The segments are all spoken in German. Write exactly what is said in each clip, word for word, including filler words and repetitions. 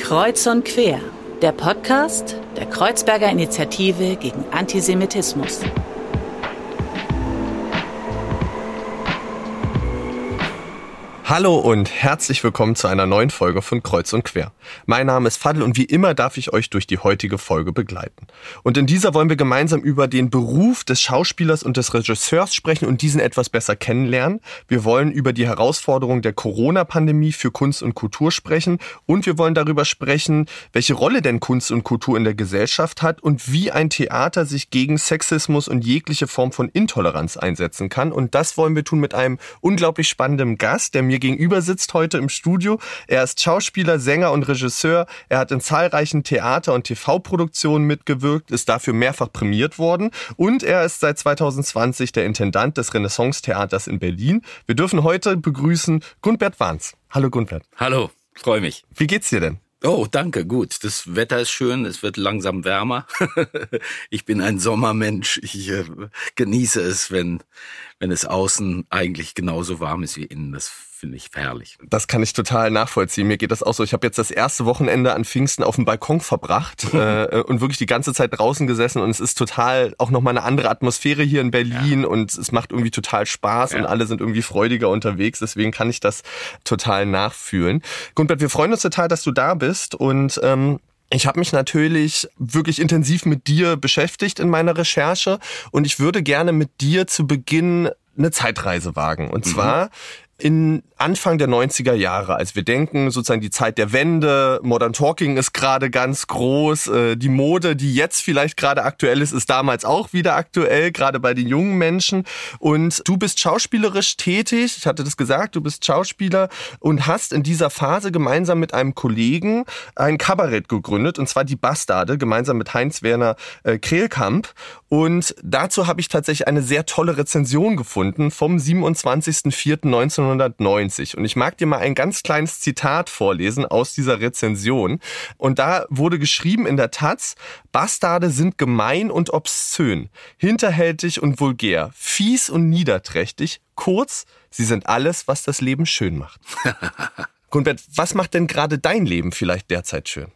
Kreuz und Quer, der Podcast der Kreuzberger Initiative gegen Antisemitismus. Hallo und herzlich willkommen zu einer neuen Folge von Kreuz und Quer. Mein Name ist Fadl und wie immer darf ich euch durch die heutige Folge begleiten. Und in dieser wollen wir gemeinsam über den Beruf des Schauspielers und des Regisseurs sprechen und diesen etwas besser kennenlernen. Wir wollen über die Herausforderungen der Corona-Pandemie für Kunst und Kultur sprechen und wir wollen darüber sprechen, welche Rolle denn Kunst und Kultur in der Gesellschaft hat und wie ein Theater sich gegen Sexismus und jegliche Form von Intoleranz einsetzen kann. Und das wollen wir tun mit einem unglaublich spannenden Gast, der mir gegenüber sitzt heute im Studio. Er ist Schauspieler, Sänger und Regisseur. Er hat in zahlreichen Theater- und T V-Produktionen mitgewirkt, ist dafür mehrfach prämiert worden und er ist seit zwanzig zwanzig der Intendant des Renaissance-Theaters in Berlin. Wir dürfen heute begrüßen Gunbert Wahns. Hallo Gunbert. Hallo, freue mich. Wie geht's dir denn? Oh, danke, gut. Das Wetter ist schön, es wird langsam wärmer. Ich bin ein Sommermensch. Ich äh, genieße es, wenn wenn es außen eigentlich genauso warm ist wie innen. Das finde ich herrlich. Das kann ich total nachvollziehen. Mir geht das auch so. Ich habe jetzt das erste Wochenende an Pfingsten auf dem Balkon verbracht äh, und wirklich die ganze Zeit draußen gesessen und es ist total auch nochmal eine andere Atmosphäre hier in Berlin ja. Und es macht irgendwie total Spaß ja. Und alle sind irgendwie freudiger unterwegs. Deswegen kann ich das total nachfühlen. Gunbert, wir freuen uns total, dass du da bist und ähm, ich habe mich natürlich wirklich intensiv mit dir beschäftigt in meiner Recherche und ich würde gerne mit dir zu Beginn eine Zeitreise wagen. Und zwar mhm. in Anfang der neunziger Jahre, als wir denken, sozusagen die Zeit der Wende, Modern Talking ist gerade ganz groß, die Mode, die jetzt vielleicht gerade aktuell ist, ist damals auch wieder aktuell, gerade bei den jungen Menschen. Und du bist schauspielerisch tätig, ich hatte das gesagt, du bist Schauspieler und hast in dieser Phase gemeinsam mit einem Kollegen ein Kabarett gegründet, und zwar die Bastarde, gemeinsam mit Heinz-Werner äh, Krehlkamp. Und dazu habe ich tatsächlich eine sehr tolle Rezension gefunden vom siebenundzwanzigster vierter neunzehnhundertneunzig. Und ich mag dir mal ein ganz kleines Zitat vorlesen aus dieser Rezension. Und da wurde geschrieben in der Taz: Bastarde sind gemein und obszön, hinterhältig und vulgär, fies und niederträchtig. Kurz, sie sind alles, was das Leben schön macht. Gunbert, was macht denn gerade dein Leben vielleicht derzeit schön?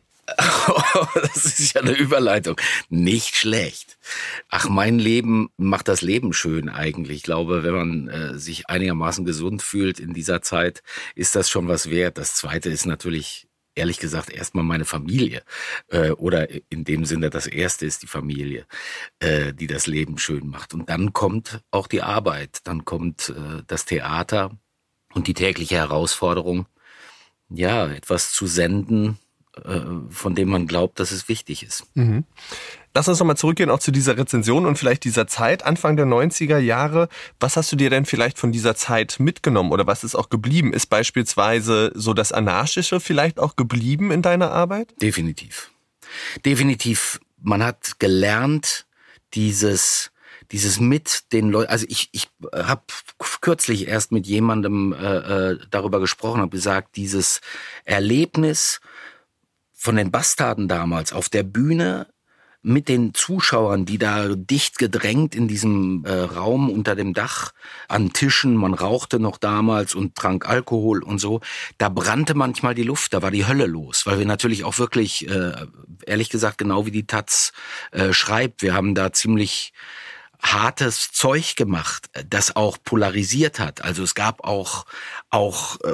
Das ist ja eine Überleitung. Nicht schlecht. Ach, mein Leben macht das Leben schön eigentlich. Ich glaube, wenn man äh, sich einigermaßen gesund fühlt in dieser Zeit, ist das schon was wert. Das Zweite ist natürlich, ehrlich gesagt, erstmal meine Familie. Äh, oder in dem Sinne, das Erste ist die Familie, äh, die das Leben schön macht. Und dann kommt auch die Arbeit. Dann kommt äh, das Theater und die tägliche Herausforderung, ja, etwas zu senden, von dem man glaubt, dass es wichtig ist. Mhm. Lass uns nochmal zurückgehen auch zu dieser Rezension und vielleicht dieser Zeit, Anfang der neunziger Jahre. Was hast du dir denn vielleicht von dieser Zeit mitgenommen oder was ist auch geblieben? Ist beispielsweise so das Anarchische vielleicht auch geblieben in deiner Arbeit? Definitiv. Definitiv. Man hat gelernt, dieses... Dieses mit den Leuten, also ich ich habe kürzlich erst mit jemandem äh, darüber gesprochen, habe gesagt, dieses Erlebnis von den Bastarden damals auf der Bühne mit den Zuschauern, die da dicht gedrängt in diesem äh, Raum unter dem Dach an Tischen, man rauchte noch damals und trank Alkohol und so, da brannte manchmal die Luft, da war die Hölle los, weil wir natürlich auch wirklich, äh, ehrlich gesagt, genau wie die Taz äh, schreibt, wir haben da ziemlich hartes Zeug gemacht, das auch polarisiert hat. Also es gab auch, auch, äh,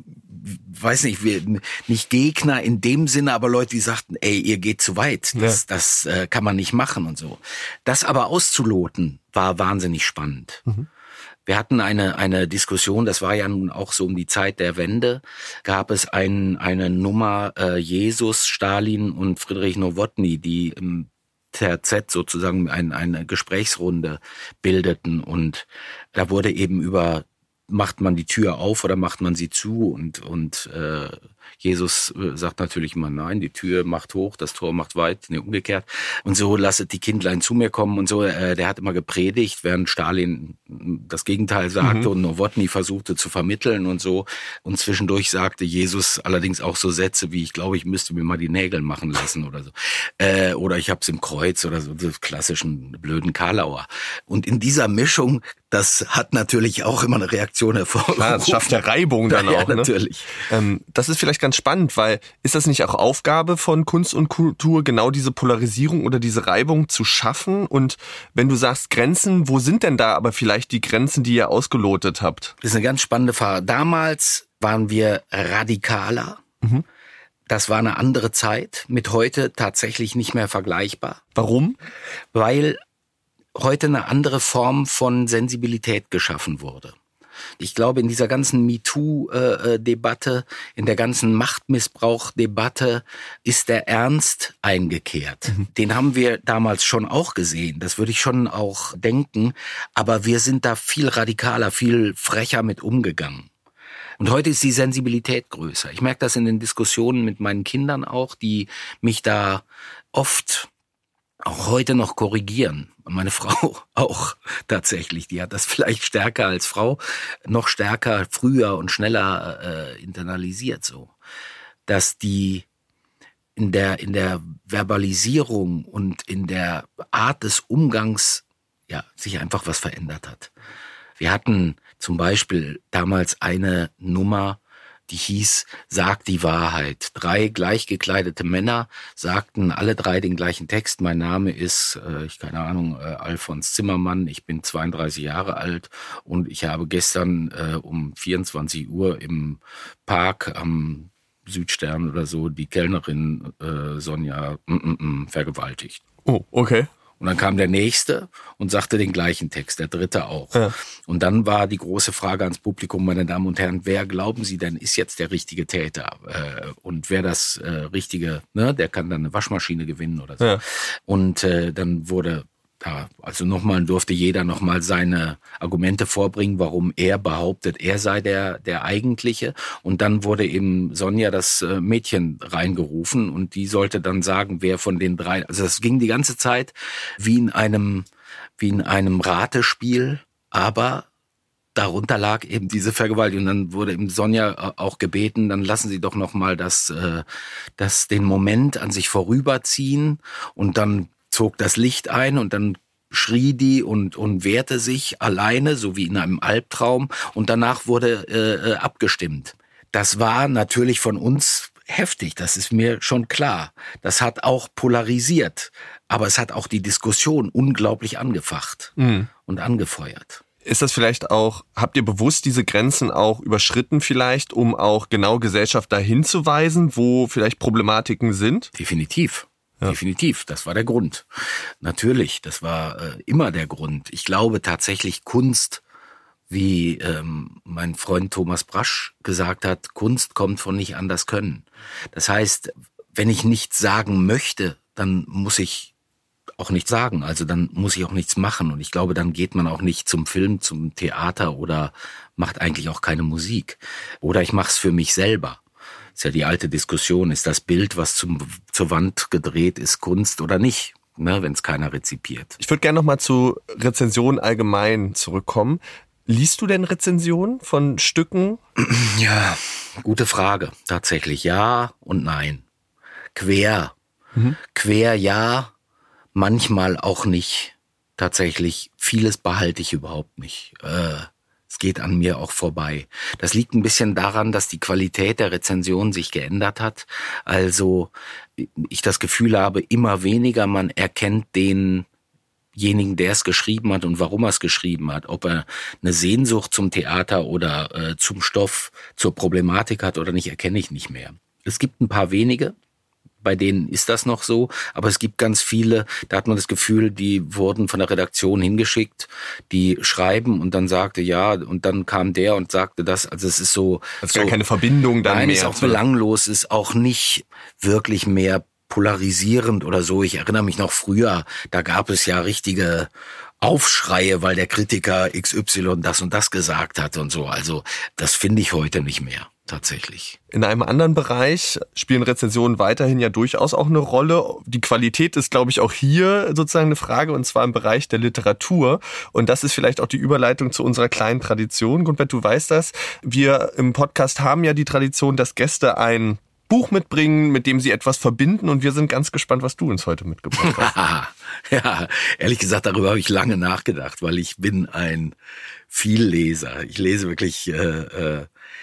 weiß nicht, wir, nicht Gegner in dem Sinne, aber Leute, die sagten, ey, ihr geht zu weit, das, ja. das äh, kann man nicht machen und so. Das aber auszuloten, war wahnsinnig spannend. Mhm. Wir hatten eine eine Diskussion, das war ja nun auch so um die Zeit der Wende, gab es ein, eine Nummer äh, Jesus, Stalin und Friedrich Nowotny, die im T Z sozusagen ein, eine Gesprächsrunde bildeten und da wurde eben über, macht man die Tür auf oder macht man sie zu und und äh, Jesus sagt natürlich immer nein, die Tür macht hoch, das Tor macht weit, nee, umgekehrt. Und so, lasset die Kindlein zu mir kommen und so. Äh, der hat immer gepredigt, während Stalin das Gegenteil sagte mhm. und Nowotny versuchte zu vermitteln und so. Und zwischendurch sagte Jesus allerdings auch so Sätze wie, ich glaube, ich müsste mir mal die Nägel machen lassen oder so. Äh, oder ich hab's im Kreuz oder so, die klassischen blöden Karlauer. Und in dieser Mischung das hat natürlich auch immer eine Reaktion hervorgerufen. Klar, das schafft ja Reibung dann ja, auch. Ne? Natürlich. Ähm, das ist vielleicht ganz spannend, weil ist das nicht auch Aufgabe von Kunst und Kultur, genau diese Polarisierung oder diese Reibung zu schaffen? Und wenn du sagst Grenzen, wo sind denn da aber vielleicht die Grenzen, die ihr ausgelotet habt? Das ist eine ganz spannende Frage. Damals waren wir radikaler. Mhm. Das war eine andere Zeit, mit heute tatsächlich nicht mehr vergleichbar. Warum? Weil heute eine andere Form von Sensibilität geschaffen wurde. Ich glaube, in dieser ganzen MeToo-Debatte, in der ganzen Machtmissbrauch-Debatte ist der Ernst eingekehrt. Mhm. Den haben wir damals schon auch gesehen. Das würde ich schon auch denken. Aber wir sind da viel radikaler, viel frecher mit umgegangen. Und heute ist die Sensibilität größer. Ich merke das in den Diskussionen mit meinen Kindern auch, die mich da oft auch heute noch korrigieren. Meine Frau auch tatsächlich, die hat das vielleicht stärker als Frau, noch stärker, früher und schneller äh, internalisiert so, dass die in der in der Verbalisierung und in der Art des Umgangs ja sich einfach was verändert hat. Wir hatten zum Beispiel damals eine Nummer, die hieß Sag die Wahrheit. Drei gleich gekleidete Männer sagten alle drei den gleichen Text. Mein Name ist, äh, ich keine Ahnung, äh, Alfons Zimmermann. Ich bin zweiunddreißig Jahre alt und ich habe gestern äh, um vierundzwanzig Uhr im Park am Südstern oder so die Kellnerin äh, Sonja mm, mm, mm, vergewaltigt. Oh, okay. Und dann kam der Nächste und sagte den gleichen Text, der Dritte auch. Ja. Und dann war die große Frage ans Publikum, meine Damen und Herren, wer glauben Sie denn ist jetzt der richtige Täter? Äh, und wer das äh, Richtige, ne, der kann dann eine Waschmaschine gewinnen oder so. Ja. Und äh, dann wurde ja, also nochmal durfte jeder nochmal seine Argumente vorbringen, warum er behauptet, er sei der der Eigentliche. Und dann wurde eben Sonja, das Mädchen, reingerufen und die sollte dann sagen, wer von den drei. Also das ging die ganze Zeit wie in einem wie in einem Ratespiel, aber darunter lag eben diese Vergewaltigung. Und dann wurde eben Sonja auch gebeten, dann lassen Sie doch nochmal das das den Moment an sich vorüberziehen und dann zog das Licht ein und dann schrie die und und wehrte sich alleine, so wie in einem Albtraum. Und danach wurde äh, abgestimmt. Das war natürlich von uns heftig, das ist mir schon klar. Das hat auch polarisiert, aber es hat auch die Diskussion unglaublich angefacht mhm. und angefeuert. Ist das vielleicht auch, habt ihr bewusst diese Grenzen auch überschritten vielleicht, um auch genau Gesellschaft dahin zu weisen, wo vielleicht Problematiken sind? Definitiv. Ja. Definitiv, das war der Grund. Natürlich, das war äh, immer der Grund. Ich glaube tatsächlich, Kunst, wie ähm, mein Freund Thomas Brasch gesagt hat, Kunst kommt von nicht anders können. Das heißt, wenn ich nichts sagen möchte, dann muss ich auch nichts sagen. Also dann muss ich auch nichts machen. Und ich glaube, dann geht man auch nicht zum Film, zum Theater oder macht eigentlich auch keine Musik. Oder ich mache es für mich selber. Ist ja die alte Diskussion, ist das Bild, was zum, zur Wand gedreht ist, Kunst oder nicht, ne, wenn es keiner rezipiert. Ich würde gerne nochmal zu Rezensionen allgemein zurückkommen. Liest du denn Rezensionen von Stücken? Ja, gute Frage. Tatsächlich ja und nein. Quer. Mhm. Quer ja, manchmal auch nicht. Tatsächlich, vieles behalte ich überhaupt nicht. Äh, Es geht an mir auch vorbei. Das liegt ein bisschen daran, dass die Qualität der Rezension sich geändert hat. Also ich das Gefühl habe, immer weniger man erkennt denjenigen, der es geschrieben hat und warum er es geschrieben hat. Ob er eine Sehnsucht zum Theater oder äh, zum Stoff, zur Problematik hat oder nicht, erkenne ich nicht mehr. Es gibt ein paar wenige, bei denen ist das noch so, aber es gibt ganz viele, da hat man das Gefühl, die wurden von der Redaktion hingeschickt, die schreiben und dann sagte ja und dann kam der und sagte das, also es ist so... Es ist so, gar keine Verbindung dann nein, mehr. Nein, ist auch belanglos, ist auch nicht wirklich mehr polarisierend oder so. Ich erinnere mich noch früher, da gab es ja richtige Aufschreie, weil der Kritiker X Y das und das gesagt hat und so. Also das finde ich heute nicht mehr. Tatsächlich. In einem anderen Bereich spielen Rezensionen weiterhin ja durchaus auch eine Rolle. Die Qualität ist, glaube ich, auch hier sozusagen eine Frage, und zwar im Bereich der Literatur. Und das ist vielleicht auch die Überleitung zu unserer kleinen Tradition. Gunbert, du weißt das. Wir im Podcast haben ja die Tradition, dass Gäste ein Buch mitbringen, mit dem sie etwas verbinden. Und wir sind ganz gespannt, was du uns heute mitgebracht hast. Ja, ehrlich gesagt, darüber habe ich lange nachgedacht, weil ich bin ein Vielleser. Ich lese wirklich äh, äh,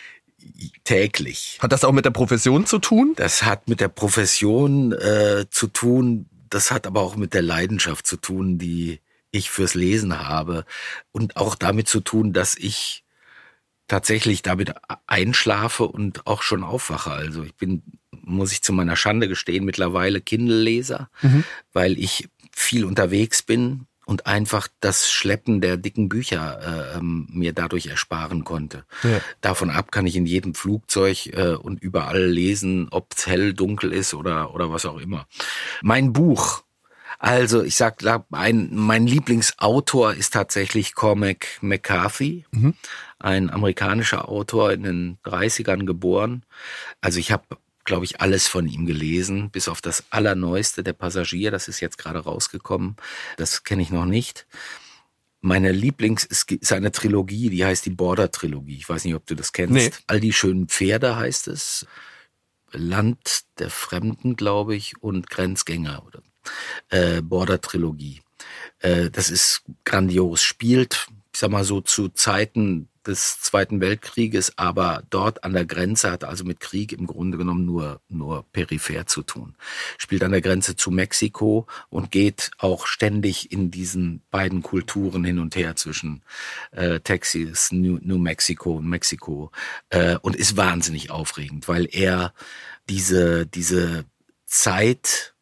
täglich. Hat das auch mit der Profession zu tun? Das hat mit der Profession äh, zu tun. Das hat aber auch mit der Leidenschaft zu tun, die ich fürs Lesen habe. Und auch damit zu tun, dass ich tatsächlich damit einschlafe und auch schon aufwache. Also ich bin, muss ich zu meiner Schande gestehen, mittlerweile Kindle-Leser, mhm. weil ich viel unterwegs bin und einfach das Schleppen der dicken Bücher äh, mir dadurch ersparen konnte. Ja. Davon ab kann ich in jedem Flugzeug äh, und überall lesen, ob es hell, dunkel ist oder oder was auch immer. Mein Buch, also ich sag, ein, mein Lieblingsautor ist tatsächlich Cormac McCarthy, mhm. ein amerikanischer Autor, in den dreißigern geboren. Also ich habe, glaube ich, alles von ihm gelesen, bis auf das Allerneueste, Der Passagier, das ist jetzt gerade rausgekommen. Das kenne ich noch nicht. Meine Lieblings ist, ist eine Trilogie, die heißt die Border-Trilogie. Ich weiß nicht, ob du das kennst. Nee. All die schönen Pferde heißt es. Land der Fremden, glaube ich, und Grenzgänger oder äh, Border-Trilogie. Äh, das ist grandios. Spielt, ich sag mal so, zu Zeiten des Zweiten Weltkrieges, aber dort an der Grenze, hat also mit Krieg im Grunde genommen nur nur peripher zu tun. Spielt an der Grenze zu Mexiko und geht auch ständig in diesen beiden Kulturen hin und her zwischen äh, Texas, New, New Mexico und Mexiko äh, und ist wahnsinnig aufregend, weil er diese diese Zeit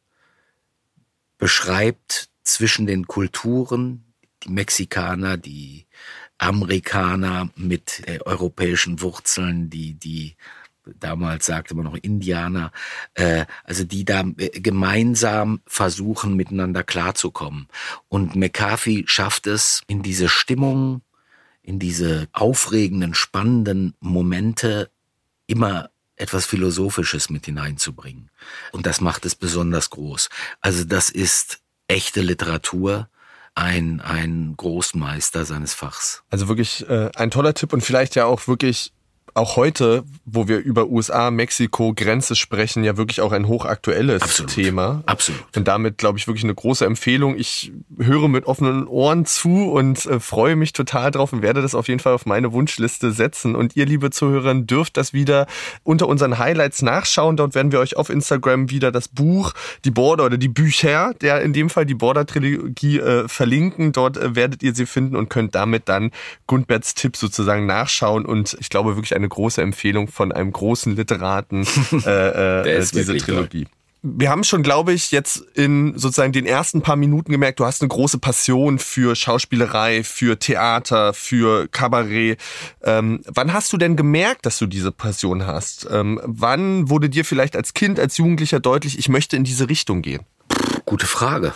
beschreibt zwischen den Kulturen, die Mexikaner, die Amerikaner mit äh, europäischen Wurzeln, die die damals sagte man noch Indianer, äh, also die da äh, gemeinsam versuchen miteinander klarzukommen. Und McCarthy schafft es, in diese Stimmung, in diese aufregenden, spannenden Momente immer etwas Philosophisches mit hineinzubringen. Und das macht es besonders groß. Also das ist echte Literatur. Ein, ein Großmeister seines Fachs. Also wirklich äh, ein toller Tipp und vielleicht ja auch wirklich auch heute, wo wir über U S A, Mexiko, Grenze sprechen, ja wirklich auch ein hochaktuelles Absolut. Thema. Absolut. Und damit, glaube ich, wirklich eine große Empfehlung. Ich höre mit offenen Ohren zu und äh, freue mich total drauf und werde das auf jeden Fall auf meine Wunschliste setzen. Und ihr, liebe Zuhörer, dürft das wieder unter unseren Highlights nachschauen. Dort werden wir euch auf Instagram wieder das Buch, die Border oder die Bücher, der in dem Fall die Border-Trilogie äh, verlinken. Dort äh, werdet ihr sie finden und könnt damit dann Gundberts Tipp sozusagen nachschauen. Und ich glaube wirklich eine große Empfehlung von einem großen Literaten, äh, äh, diese Trilogie. Toll. Wir haben schon, glaube ich, jetzt in sozusagen den ersten paar Minuten gemerkt, du hast eine große Passion für Schauspielerei, für Theater, für Kabarett. Ähm, wann hast du denn gemerkt, dass du diese Passion hast? Ähm, wann wurde dir vielleicht als Kind, als Jugendlicher deutlich, ich möchte in diese Richtung gehen? Gute Frage.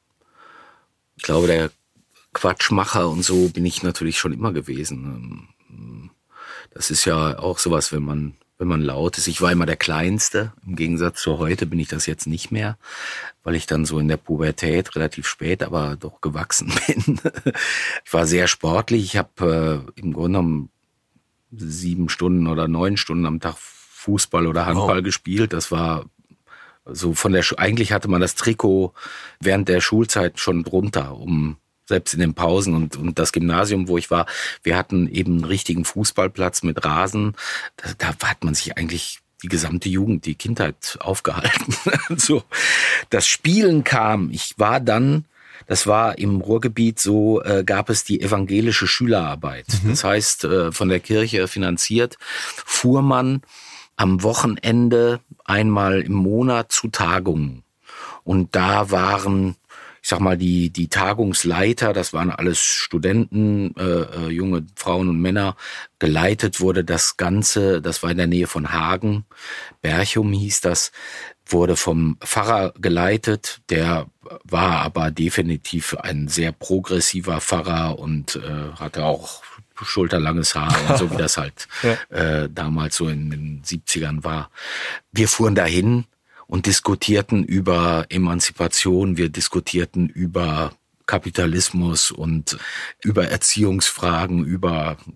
Ich glaube, der Quatschmacher und so bin ich natürlich schon immer gewesen. Das ist ja auch sowas, wenn man wenn man laut ist. Ich war immer der Kleinste. Im Gegensatz zu heute bin ich das jetzt nicht mehr, weil ich dann so in der Pubertät relativ spät, aber doch gewachsen bin. Ich war sehr sportlich. Ich habe äh, im Grunde genommen sieben Stunden oder neun Stunden am Tag Fußball oder Handball oh. gespielt. Das war so von der, eigentlich hatte man das Trikot während der Schulzeit schon drunter, um selbst in den Pausen und, und das Gymnasium, wo ich war, wir hatten eben einen richtigen Fußballplatz mit Rasen. Da, da hat man sich eigentlich die gesamte Jugend, die Kindheit aufgehalten. So, das Spielen kam. Ich war dann, das war im Ruhrgebiet so, äh, gab es die evangelische Schülerarbeit. Mhm. Das heißt, äh, von der Kirche finanziert, fuhr man am Wochenende einmal im Monat zu Tagungen. Und da waren, ich sag mal, die die Tagungsleiter, das waren alles Studenten, äh, junge Frauen und Männer, geleitet wurde das Ganze, das war in der Nähe von Hagen, Berchum hieß das, wurde vom Pfarrer geleitet, der war aber definitiv ein sehr progressiver Pfarrer und äh, hatte auch schulterlanges Haar und so, wie das halt ja. äh, damals so in den siebzigern war. Wir fuhren dahin und diskutierten über Emanzipation, wir diskutierten über Kapitalismus und über Erziehungsfragen, über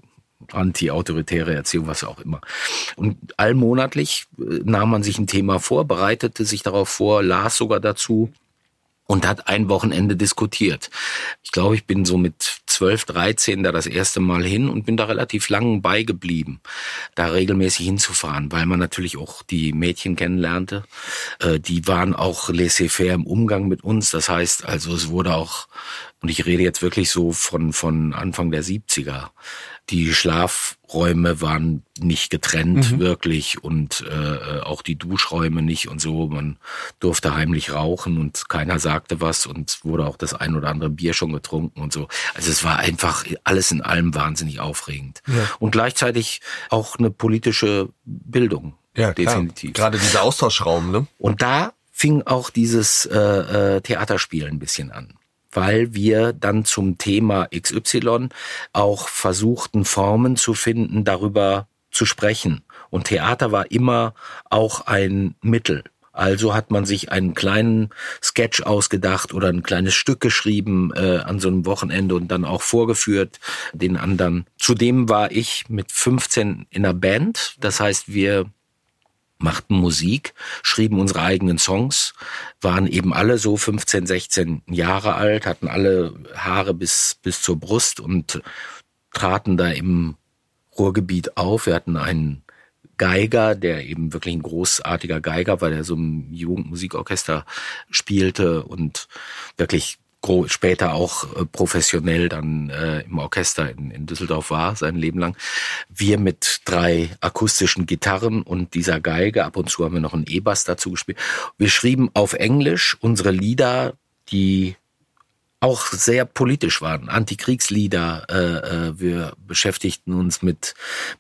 anti-autoritäre Erziehung, was auch immer. Und allmonatlich nahm man sich ein Thema vor, bereitete sich darauf vor, las sogar dazu und hat ein Wochenende diskutiert. Ich glaube, ich bin so mit zwölf, dreizehn da das erste Mal hin und bin da relativ lang beigeblieben, da regelmäßig hinzufahren, weil man natürlich auch die Mädchen kennenlernte. Die waren auch laissez-faire im Umgang mit uns. Das heißt, also es wurde auch, und ich rede jetzt wirklich so von, von Anfang der siebziger, die Schlafräume waren nicht getrennt, mhm. wirklich, und äh, auch die Duschräume nicht und so. Man durfte heimlich rauchen und keiner sagte was und wurde auch das ein oder andere Bier schon getrunken und so. Also es war einfach alles in allem wahnsinnig aufregend. Ja. Und gleichzeitig auch eine politische Bildung. Ja, definitiv. Klar. Gerade dieser Austauschraum, ne? Und da fing auch dieses äh, Theaterspiel ein bisschen an, weil wir dann zum Thema X Y auch versuchten, Formen zu finden, darüber zu sprechen. Und Theater war immer auch ein Mittel. Also hat man sich einen kleinen Sketch ausgedacht oder ein kleines Stück geschrieben äh, an so einem Wochenende und dann auch vorgeführt den anderen. Zudem war ich mit fünfzehn in einer Band. Das heißt, wir machten Musik, schrieben unsere eigenen Songs, waren eben alle so fünfzehn, sechzehn Jahre alt, hatten alle Haare bis bis zur Brust und traten da im Ruhrgebiet auf. Wir hatten einen Geiger, der eben wirklich ein großartiger Geiger war, der so im Jugendmusikorchester spielte und wirklich später auch professionell dann äh, im Orchester in, in Düsseldorf war, sein Leben lang. Wir mit drei akustischen Gitarren und dieser Geige, ab und zu haben wir noch einen E-Bass dazu gespielt. Wir schrieben auf Englisch unsere Lieder, die auch sehr politisch waren, Antikriegslieder. Äh, äh, wir beschäftigten uns mit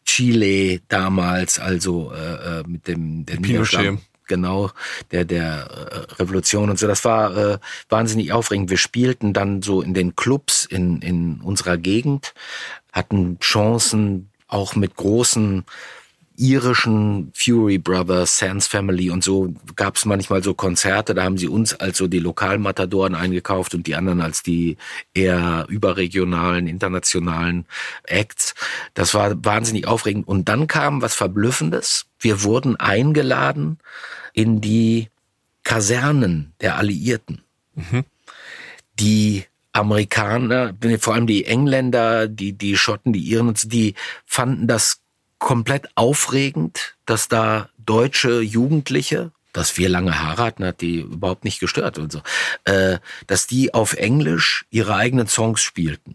Chile damals, also äh, mit dem der Pinochet. Genau, der der äh, Revolution und so. Das war äh, wahnsinnig aufregend. Wir spielten dann so in den Clubs in in unserer Gegend, hatten Chancen auch mit großen irischen Fury Brothers, Sands Family und so, gab es manchmal so Konzerte, da haben sie uns als so die Lokalmatadoren eingekauft und die anderen als die eher überregionalen, internationalen Acts. Das war wahnsinnig aufregend. Und dann kam was Verblüffendes. Wir wurden eingeladen in die Kasernen der Alliierten. Mhm. Die Amerikaner, vor allem die Engländer, die die Schotten, die Iren, die fanden das komplett aufregend, dass da deutsche Jugendliche, dass wir lange Haare hatten, hat die überhaupt nicht gestört und so, äh, dass die auf Englisch ihre eigenen Songs spielten.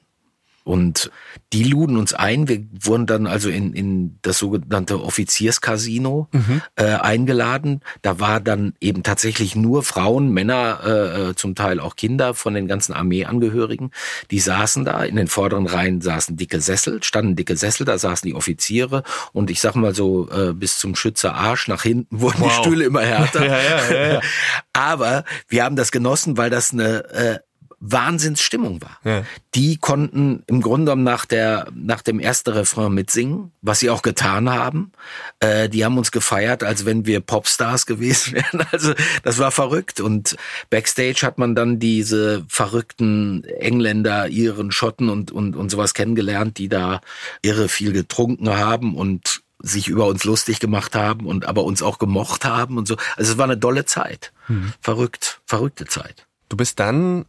Und die luden uns ein. Wir wurden dann also in, in das sogenannte Offizierscasino mhm. äh, eingeladen. Da war dann eben tatsächlich nur Frauen, Männer, äh, zum Teil auch Kinder von den ganzen Armeeangehörigen. Die saßen da. In den vorderen Reihen saßen dicke Sessel, standen dicke Sessel, da saßen die Offiziere. Und ich sag mal so, äh, bis zum Schützer Arsch nach hinten wurden wow. die Stühle immer härter. ja, ja, ja, ja. Aber wir haben das genossen, weil das eine äh, Wahnsinnsstimmung war. Ja. Die konnten im Grunde genommen nach der nach dem ersten Refrain mitsingen, was sie auch getan haben. Äh, die haben uns gefeiert, als wenn wir Popstars gewesen wären. Also das war verrückt. Und Backstage hat man dann diese verrückten Engländer, Iren, Schotten und und und sowas kennengelernt, die da irre viel getrunken haben und sich über uns lustig gemacht haben und aber uns auch gemocht haben und so. Also es war eine dolle Zeit. Mhm. Verrückt, verrückte Zeit. Du bist dann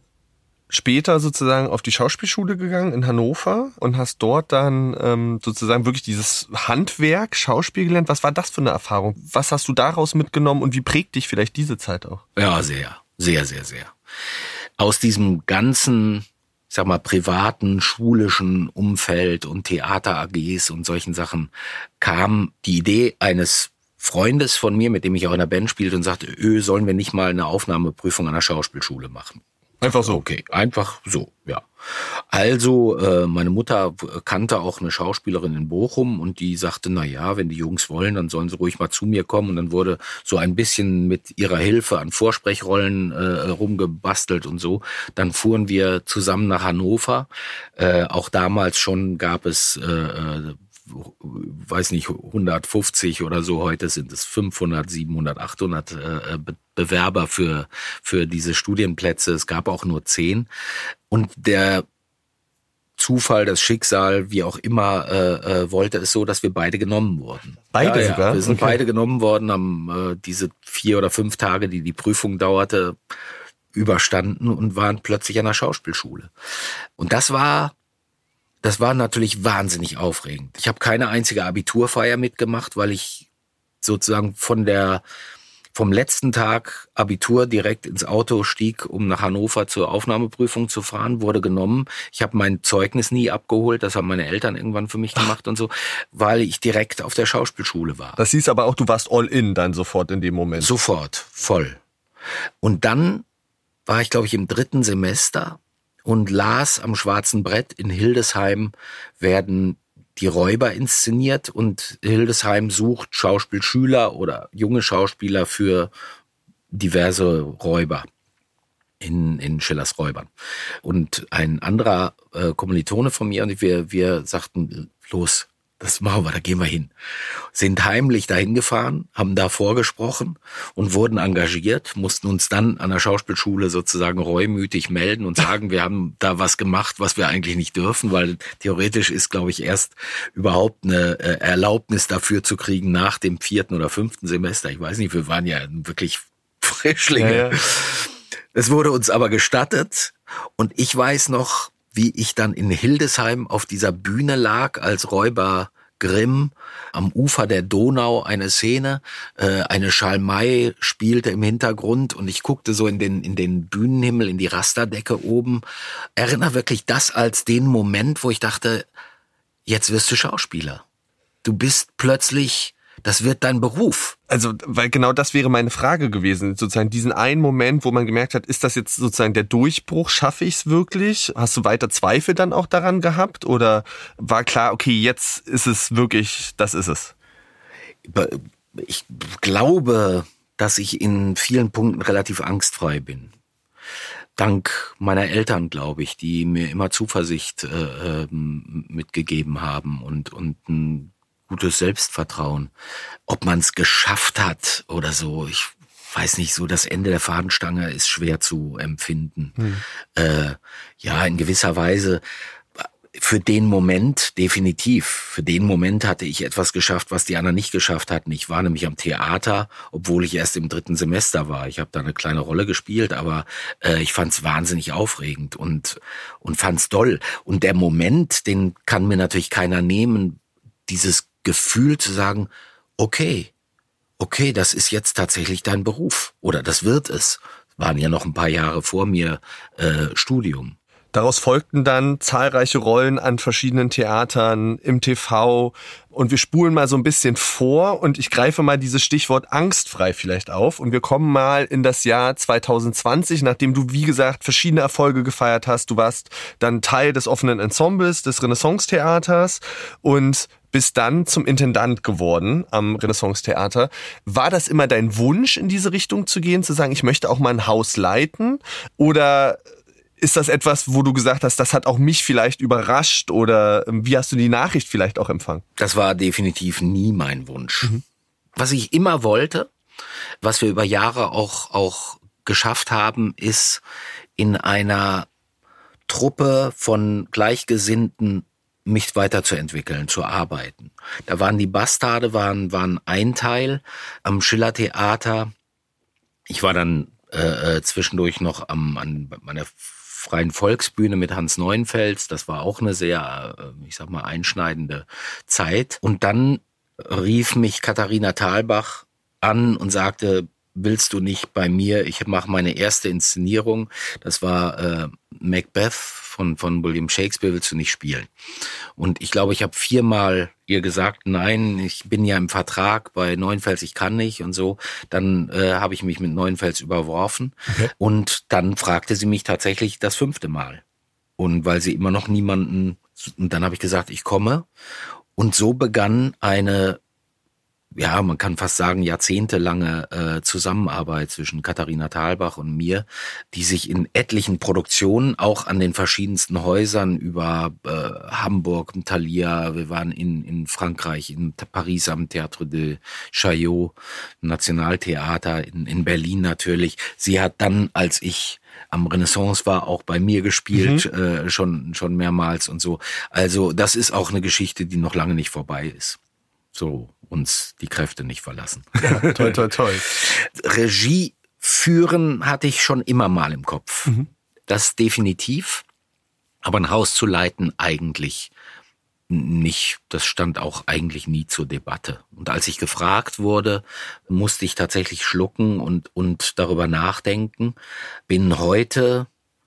später sozusagen auf die Schauspielschule gegangen in Hannover und hast dort dann ähm, sozusagen wirklich dieses Handwerk, Schauspiel gelernt. Was war das für eine Erfahrung? Was hast du daraus mitgenommen und wie prägt dich vielleicht diese Zeit auch? Ja, sehr, sehr, sehr, sehr. Aus diesem ganzen, ich sag mal, privaten, schulischen Umfeld und Theater-A Gs und solchen Sachen kam die Idee eines Freundes von mir, mit dem ich auch in der Band spielte und sagte, öh, sollen wir nicht mal eine Aufnahmeprüfung an der Schauspielschule machen? Einfach so. Okay, einfach so, ja. Also äh, meine Mutter kannte auch eine Schauspielerin in Bochum und die sagte, na ja, wenn die Jungs wollen, dann sollen sie ruhig mal zu mir kommen. Und dann wurde so ein bisschen mit ihrer Hilfe an Vorsprechrollen äh, rumgebastelt und so. Dann fuhren wir zusammen nach Hannover. Äh, auch damals schon gab es äh, weiß nicht, hundertfünfzig oder so, heute sind es fünfhundert, siebenhundert, achthundert äh, Be- Bewerber für für diese Studienplätze. Es gab auch nur zehn. Und der Zufall, das Schicksal, wie auch immer, äh, äh, wollte es so, dass wir beide genommen wurden. Beide ja, sogar? Ja, wir sind Okay. beide genommen worden, haben äh, diese vier oder fünf Tage, die die Prüfung dauerte, überstanden und waren plötzlich an der Schauspielschule. Und das war, das war natürlich wahnsinnig aufregend. Ich habe keine einzige Abiturfeier mitgemacht, weil ich sozusagen von der vom letzten Tag Abitur direkt ins Auto stieg, um nach Hannover zur Aufnahmeprüfung zu fahren, wurde genommen. Ich habe mein Zeugnis nie abgeholt, das haben meine Eltern irgendwann für mich gemacht und so, weil ich direkt auf der Schauspielschule war. Das hieß aber auch, du warst all in dann sofort in dem Moment. Sofort, voll. Und dann war ich, glaube ich, im dritten Semester und las am Schwarzen Brett, in Hildesheim werden die Räuber inszeniert und Hildesheim sucht Schauspielschüler oder junge Schauspieler für diverse Räuber in, in Schillers Räubern. Und ein anderer äh, Kommilitone von mir und wir, wir sagten, los, das machen wir, da gehen wir hin. Sind heimlich dahin gefahren, haben da vorgesprochen und wurden engagiert, mussten uns dann an der Schauspielschule sozusagen reumütig melden und sagen, wir haben da was gemacht, was wir eigentlich nicht dürfen, weil theoretisch ist, glaube ich, erst überhaupt eine äh, Erlaubnis dafür zu kriegen nach dem vierten oder fünften Semester. Ich weiß nicht, wir waren ja wirklich Frischlinge. Ja, ja. Es wurde uns aber gestattet und ich weiß noch, wie ich dann in Hildesheim auf dieser Bühne lag als Räuber Grimm am Ufer der Donau, eine Szene, äh, eine Schalmei spielte im Hintergrund und ich guckte so in den in den Bühnenhimmel, in die Rasterdecke oben. Erinnere wirklich das als den Moment, wo ich dachte, jetzt wirst du Schauspieler. Du bist plötzlich, das wird dein Beruf. Also, weil genau das wäre meine Frage gewesen, sozusagen diesen einen Moment, wo man gemerkt hat, ist das jetzt sozusagen der Durchbruch, schaffe ich es wirklich? Hast du weiter Zweifel dann auch daran gehabt oder war klar, okay, jetzt ist es wirklich, das ist es? Ich glaube, dass ich in vielen Punkten relativ angstfrei bin. Dank meiner Eltern, glaube ich, die mir immer Zuversicht äh, mitgegeben haben und, und ein gutes Selbstvertrauen. Ob man es geschafft hat oder so, ich weiß nicht, so das Ende der Fahnenstange ist schwer zu empfinden. Hm. Äh, ja, in gewisser Weise für den Moment definitiv. Für den Moment hatte ich etwas geschafft, was die anderen nicht geschafft hatten. Ich war nämlich am Theater, obwohl ich erst im dritten Semester war. Ich habe da eine kleine Rolle gespielt, aber äh, ich fand es wahnsinnig aufregend und und fand es doll. Und der Moment, den kann mir natürlich keiner nehmen, dieses Gefühl zu sagen, okay, okay, das ist jetzt tatsächlich dein Beruf oder das wird es. Waren ja noch ein paar Jahre vor mir äh, Studium. Daraus folgten dann zahlreiche Rollen an verschiedenen Theatern, im T V und wir spulen mal so ein bisschen vor und ich greife mal dieses Stichwort angstfrei vielleicht auf und wir kommen mal in das Jahr zwanzig zwanzig, nachdem du, wie gesagt, verschiedene Erfolge gefeiert hast. Du warst dann Teil des offenen Ensembles des Renaissance-Theaters und bist dann zum Intendant geworden am Renaissance-Theater. War das immer dein Wunsch, in diese Richtung zu gehen, zu sagen, ich möchte auch mal ein Haus leiten? Oder ist das etwas, wo du gesagt hast, das hat auch mich vielleicht überrascht? Oder wie hast du die Nachricht vielleicht auch empfangen? Das war definitiv nie mein Wunsch. Mhm. Was ich immer wollte, was wir über Jahre auch, auch geschafft haben, ist in einer Truppe von Gleichgesinnten mich weiterzuentwickeln, zu arbeiten. Da waren die Bastarde, waren, waren ein Teil am Schillertheater. Ich war dann äh, zwischendurch noch am, an meiner Freien Volksbühne mit Hans Neuenfels. Das war auch eine sehr, äh, ich sag mal, einschneidende Zeit. Und dann rief mich Katharina Thalbach an und sagte, willst du nicht bei mir, ich mache meine erste Inszenierung, das war äh, Macbeth von von William Shakespeare, willst du nicht spielen? Und ich glaube, ich habe viermal ihr gesagt, nein, ich bin ja im Vertrag bei Neuenfels, ich kann nicht und so. Dann äh, habe ich mich mit Neuenfels überworfen okay. Und dann fragte sie mich tatsächlich das fünfte Mal. Und weil sie immer noch niemanden, und dann habe ich gesagt, ich komme. Und so begann eine ja, man kann fast sagen, jahrzehntelange äh, Zusammenarbeit zwischen Katharina Thalbach und mir, die sich in etlichen Produktionen auch an den verschiedensten Häusern über äh, Hamburg, Thalia, wir waren in in Frankreich, in Paris am Théâtre de Chaillot, Nationaltheater, in, in Berlin natürlich. Sie hat dann, als ich am Renaissance war, auch bei mir gespielt, mhm. äh, schon schon mehrmals und so. Also das ist auch eine Geschichte, die noch lange nicht vorbei ist. So uns die Kräfte nicht verlassen. Ja, toll, toll, toll. Regie führen hatte ich schon immer mal im Kopf. Mhm. Das definitiv. Aber ein Haus zu leiten eigentlich nicht. Das stand auch eigentlich nie zur Debatte. Und als ich gefragt wurde, musste ich tatsächlich schlucken und, und darüber nachdenken. Bin heute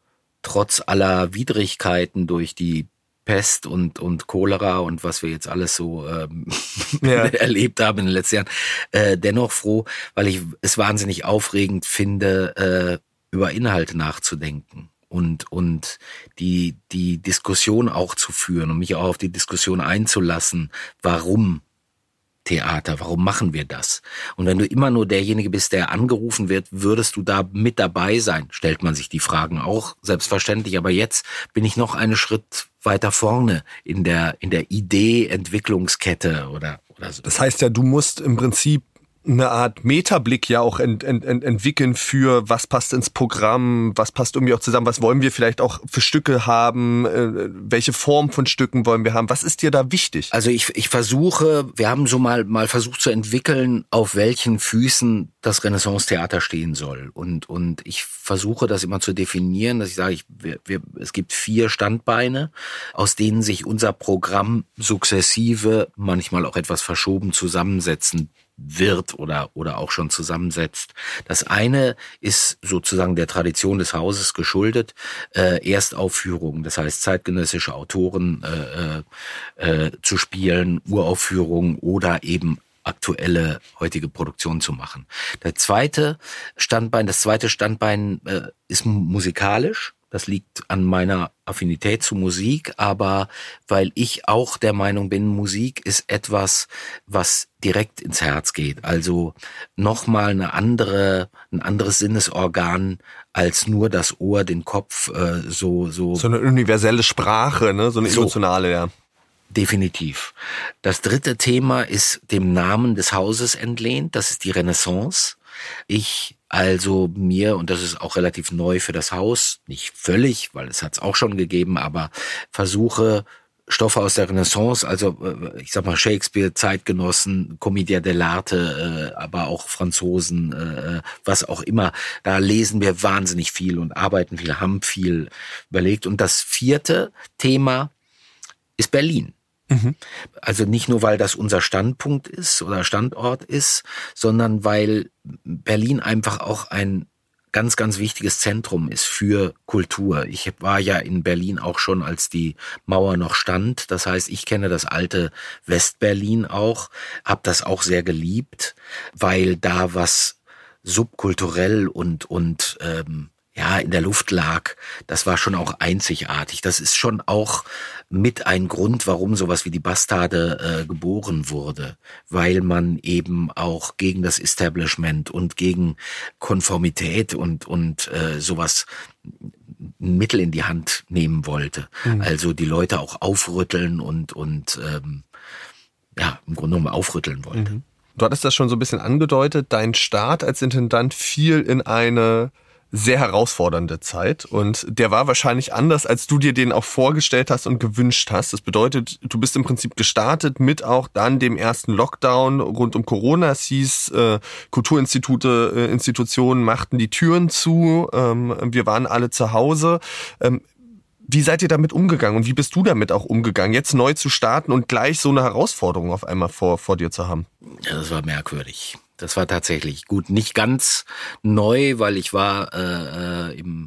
trotz aller Widrigkeiten durch die Pest und und Cholera und was wir jetzt alles so ähm, ja. erlebt haben in den letzten Jahren, äh, dennoch froh, weil ich es wahnsinnig aufregend finde, äh, über Inhalte nachzudenken und und die die Diskussion auch zu führen und mich auch auf die Diskussion einzulassen, warum Theater, warum machen wir das? Und wenn du immer nur derjenige bist, der angerufen wird, würdest du da mit dabei sein? Stellt man sich die Fragen auch selbstverständlich. Aber jetzt bin ich noch einen Schritt weiter vorne in der in der Idee-Entwicklungskette oder oder so. Das heißt ja, du musst im Prinzip eine Art Metablick ja auch ent, ent, ent, entwickeln für was passt ins Programm, was passt irgendwie auch zusammen, was wollen wir vielleicht auch für Stücke haben, äh, welche Form von Stücken wollen wir haben, was ist dir da wichtig? Also ich ich versuche, wir haben so mal mal versucht zu entwickeln, auf welchen Füßen das Renaissance-Theater stehen soll und und ich versuche das immer zu definieren, dass ich sage, ich, wir, wir, es gibt vier Standbeine, aus denen sich unser Programm sukzessive, manchmal auch etwas verschoben zusammensetzen wird oder oder auch schon zusammensetzt. Das eine ist sozusagen der Tradition des Hauses geschuldet, äh, Erstaufführungen, das heißt zeitgenössische Autoren äh, äh, zu spielen, Uraufführungen oder eben aktuelle heutige Produktion zu machen. Der zweite Standbein, das zweite Standbein äh, ist musikalisch. Das liegt an meiner Affinität zu Musik, aber weil ich auch der Meinung bin, Musik ist etwas, was direkt ins Herz geht. Also nochmal eine andere, ein anderes Sinnesorgan als nur das Ohr, den Kopf, äh, so so. So eine universelle Sprache, ne, so eine emotionale, so. Ja. Definitiv. Das dritte Thema ist dem Namen des Hauses entlehnt. Das ist die Renaissance. Ich also mir, und das ist auch relativ neu für das Haus, nicht völlig, weil es hat es auch schon gegeben, aber versuche Stoffe aus der Renaissance, also ich sag mal Shakespeare, Zeitgenossen, Commedia dell'arte, aber auch Franzosen, was auch immer, da lesen wir wahnsinnig viel und arbeiten viel, haben viel überlegt. Und das vierte Thema ist Berlin. Mhm. Also nicht nur, weil das unser Standpunkt ist oder Standort ist, sondern weil Berlin einfach auch ein ganz, ganz wichtiges Zentrum ist für Kultur. Ich war ja in Berlin auch schon, als die Mauer noch stand. Das heißt, ich kenne das alte Westberlin auch, habe das auch sehr geliebt, weil da was subkulturell und und ähm, ja, in der Luft lag, das war schon auch einzigartig. Das ist schon auch mit ein Grund, warum sowas wie die Bastarde äh, geboren wurde, weil man eben auch gegen das Establishment und gegen Konformität und und äh, sowas ein Mittel in die Hand nehmen wollte. Mhm. Also die Leute auch aufrütteln und und ähm, ja, im Grunde genommen aufrütteln wollte. Mhm. Du hattest das schon so ein bisschen angedeutet, dein Start als Intendant fiel in eine sehr herausfordernde Zeit und der war wahrscheinlich anders, als du dir den auch vorgestellt hast und gewünscht hast. Das bedeutet, du bist im Prinzip gestartet mit auch dann dem ersten Lockdown rund um Corona. Es hieß, äh, Kulturinstitute, äh, Institutionen machten die Türen zu, ähm, wir waren alle zu Hause. Ähm, wie seid ihr damit umgegangen und wie bist du damit auch umgegangen, jetzt neu zu starten und gleich so eine Herausforderung auf einmal vor, vor dir zu haben? Ja, das war merkwürdig. Das war tatsächlich gut. Nicht ganz neu, weil ich war äh, im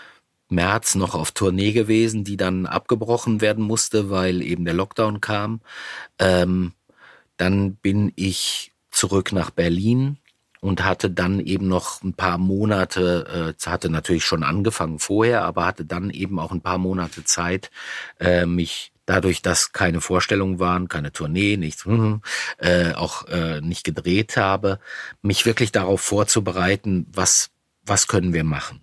März noch auf Tournee gewesen, die dann abgebrochen werden musste, weil eben der Lockdown kam. Ähm, dann bin ich zurück nach Berlin und hatte dann eben noch ein paar Monate, äh, hatte natürlich schon angefangen vorher, aber hatte dann eben auch ein paar Monate Zeit, äh, mich dadurch, dass keine Vorstellungen waren, keine Tournee, nichts, äh, auch äh, nicht gedreht habe, mich wirklich darauf vorzubereiten, was, was können wir machen.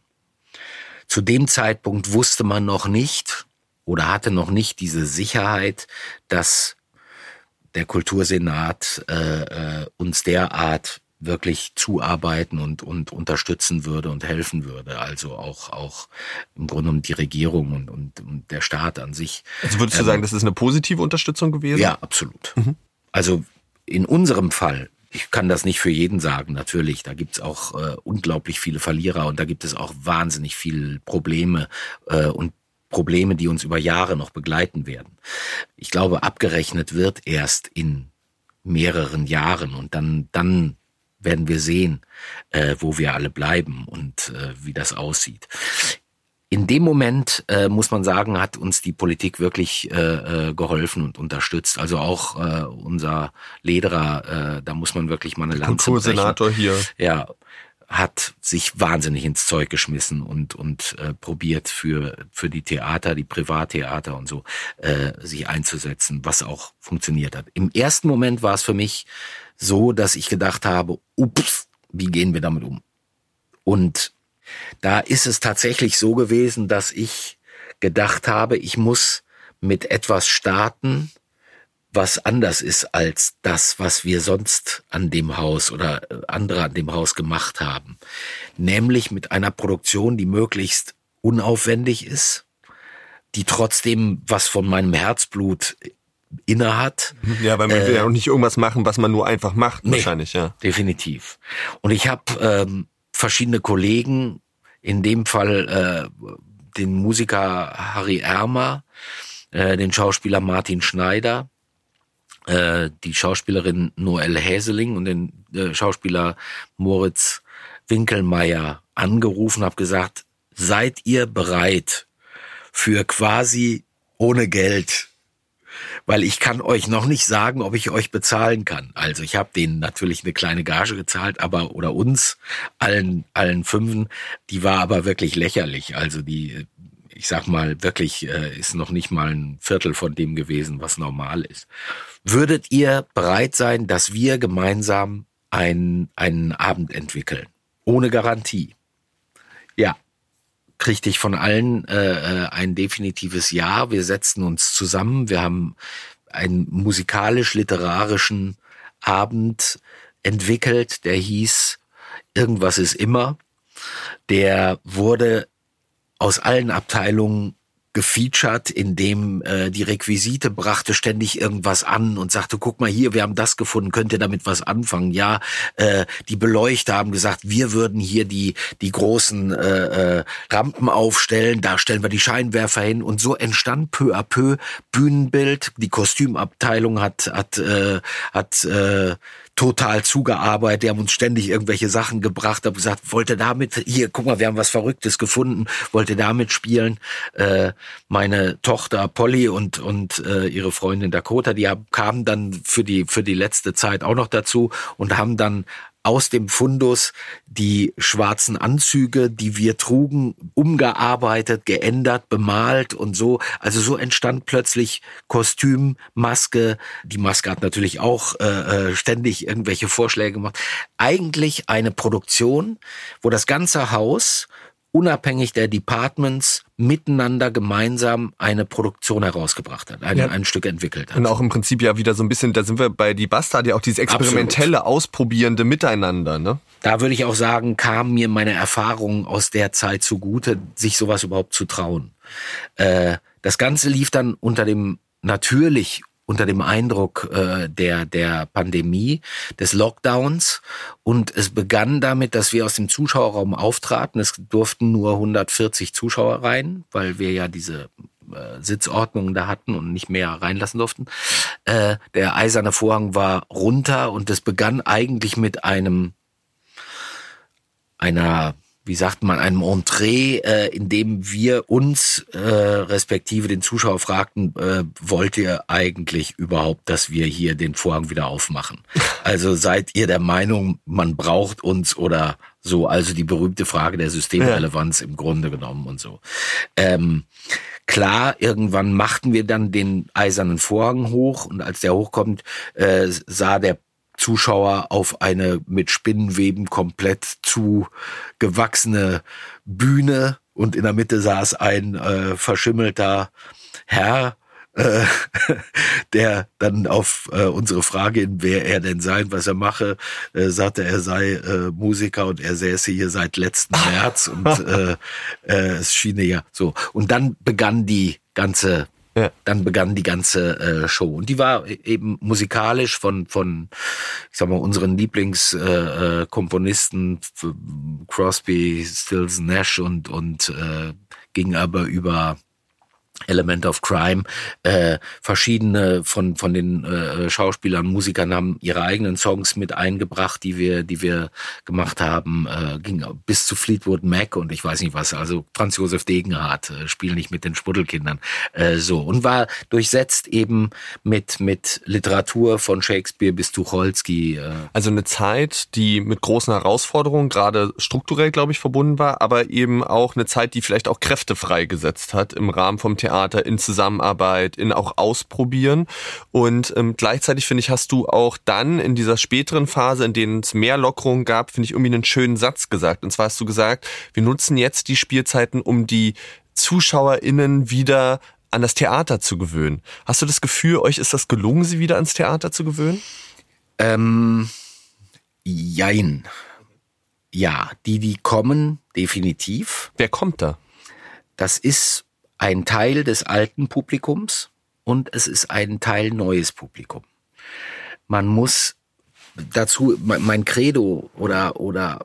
Zu dem Zeitpunkt wusste man noch nicht oder hatte noch nicht diese Sicherheit, dass der Kultursenat äh, äh, uns derart wirklich zuarbeiten und und unterstützen würde und helfen würde. Also auch auch im Grunde genommen die Regierung und und, und der Staat an sich. Also würdest du ähm, sagen, das ist eine positive Unterstützung gewesen? Ja, absolut. Mhm. Also in unserem Fall, ich kann das nicht für jeden sagen, natürlich, da gibt's auch äh, unglaublich viele Verlierer und da gibt es auch wahnsinnig viele Probleme äh, und Probleme, die uns über Jahre noch begleiten werden. Ich glaube, abgerechnet wird erst in mehreren Jahren und dann dann werden wir sehen, äh, wo wir alle bleiben und äh, wie das aussieht. In dem Moment, äh, muss man sagen, hat uns die Politik wirklich äh, geholfen und unterstützt. Also auch äh, unser Lederer, äh, da muss man wirklich mal eine Lanze brechen. Kultursenator hier. Ja, hat sich wahnsinnig ins Zeug geschmissen und und äh, probiert für für die Theater, die Privattheater und so äh, sich einzusetzen, was auch funktioniert hat. Im ersten Moment war es für mich so, dass ich gedacht habe, ups, wie gehen wir damit um? Und da ist es tatsächlich so gewesen, dass ich gedacht habe, ich muss mit etwas starten, was anders ist als das, was wir sonst an dem Haus oder andere an dem Haus gemacht haben. Nämlich mit einer Produktion, die möglichst unaufwendig ist, die trotzdem was von meinem Herzblut inne hat. Ja, weil man will äh, ja auch nicht irgendwas machen, was man nur einfach macht, nee, wahrscheinlich, ja. Definitiv. Und ich habe ähm, verschiedene Kollegen, in dem Fall äh, den Musiker Harry Ermer, äh, den Schauspieler Martin Schneider, äh, die Schauspielerin Noelle Häseling und den äh, Schauspieler Moritz Winkelmeier angerufen, habe gesagt, seid ihr bereit für quasi ohne Geld? Weil ich kann euch noch nicht sagen, ob ich euch bezahlen kann. Also ich habe denen natürlich eine kleine Gage gezahlt, aber oder uns allen allen Fünfen, die war aber wirklich lächerlich. Also die, ich sag mal wirklich, äh, ist noch nicht mal ein Viertel von dem gewesen, was normal ist. Würdet ihr bereit sein, dass wir gemeinsam einen einen Abend entwickeln, ohne Garantie? Ja. Kriegte ich von allen äh, ein definitives Ja. Wir setzten uns zusammen. Wir haben einen musikalisch-literarischen Abend entwickelt, der hieß Irgendwas ist immer. Der wurde aus allen Abteilungen gefeatured, in dem äh, die Requisite brachte ständig irgendwas an und sagte, guck mal hier, wir haben das gefunden, könnt ihr damit was anfangen? Ja, äh, die Beleuchter haben gesagt, wir würden hier die die großen äh, äh, Rampen aufstellen, da stellen wir die Scheinwerfer hin und so entstand peu à peu Bühnenbild. Die Kostümabteilung hat hat äh, hat äh, total zugearbeitet, die haben uns ständig irgendwelche Sachen gebracht, haben gesagt, wollt ihr damit, hier, guck mal, wir haben was Verrücktes gefunden, wollt ihr damit spielen? Äh, meine Tochter Polly und und äh, ihre Freundin Dakota, die haben, kamen dann für die für die letzte Zeit auch noch dazu und haben dann aus dem Fundus die schwarzen Anzüge, die wir trugen, umgearbeitet, geändert, bemalt und so. Also so entstand plötzlich Kostüm, Maske. Die Maske hat natürlich auch äh, ständig irgendwelche Vorschläge gemacht. Eigentlich eine Produktion, wo das ganze Haus unabhängig der Departments miteinander gemeinsam eine Produktion herausgebracht hat, ein, ja. ein Stück entwickelt hat. Und auch im Prinzip ja wieder so ein bisschen, da sind wir bei Die Bastard, ja auch dieses experimentelle, Absolut. ausprobierende Miteinander, ne? Da würde ich auch sagen, kam mir meine Erfahrung aus der Zeit zugute, sich sowas überhaupt zu trauen. Äh, das Ganze lief dann unter dem natürlich unter dem Eindruck äh, der der Pandemie, des Lockdowns. Und es begann damit, dass wir aus dem Zuschauerraum auftraten. Es durften nur hundertvierzig Zuschauer rein, weil wir ja diese äh, Sitzordnungen da hatten und nicht mehr reinlassen durften. Äh, der eiserne Vorhang war runter und es begann eigentlich mit einem einer wie sagt man, einem Entree, äh, in dem wir uns, äh, respektive den Zuschauer fragten, äh, wollt ihr eigentlich überhaupt, dass wir hier den Vorhang wieder aufmachen? Also seid ihr der Meinung, man braucht uns oder so? Also die berühmte Frage der Systemrelevanz ja. im Grunde genommen und so. Ähm, klar, irgendwann machten wir dann den eisernen Vorhang hoch und als der hochkommt, äh, sah der Zuschauer auf eine mit Spinnenweben komplett zugewachsene Bühne und in der Mitte saß ein äh, verschimmelter Herr, äh, der dann auf äh, unsere Frage, wer er denn sei und was er mache, äh, sagte, er sei äh, Musiker und er säße hier seit letzten März und äh, äh, es schien ja so. Und dann begann die ganze Ja. Dann begann die ganze äh, Show. Und die war eben musikalisch von, von ich sag mal, unseren Lieblingskomponisten äh, äh, Crosby, Stills, Nash und, und äh, ging aber über Element of Crime. Äh, verschiedene von von den äh, Schauspielern, Musikern haben ihre eigenen Songs mit eingebracht, die wir die wir gemacht haben. Äh, ging bis zu Fleetwood Mac und ich weiß nicht was. Also Franz Josef Degenhardt, äh, Spiel nicht mit den Schmuddelkindern. Äh, so und war durchsetzt eben mit mit Literatur von Shakespeare bis Tucholsky. Äh. Also eine Zeit, die mit großen Herausforderungen gerade strukturell, glaube ich, verbunden war, aber eben auch eine Zeit, die vielleicht auch Kräfte freigesetzt hat im Rahmen vom Theater. Theater, in Zusammenarbeit, in auch Ausprobieren. Und ähm, gleichzeitig, finde ich, hast du auch dann in dieser späteren Phase, in denen es mehr Lockerungen gab, finde ich, irgendwie einen schönen Satz gesagt. Und zwar hast du gesagt, wir nutzen jetzt die Spielzeiten, um die ZuschauerInnen wieder an das Theater zu gewöhnen. Hast du das Gefühl, euch ist das gelungen, sie wieder ans Theater zu gewöhnen? Ähm, jein. Ja, die, die kommen, definitiv. Wer kommt da? Das ist ein Teil des alten Publikums und es ist ein Teil neues Publikum. Man muss dazu, mein Credo oder oder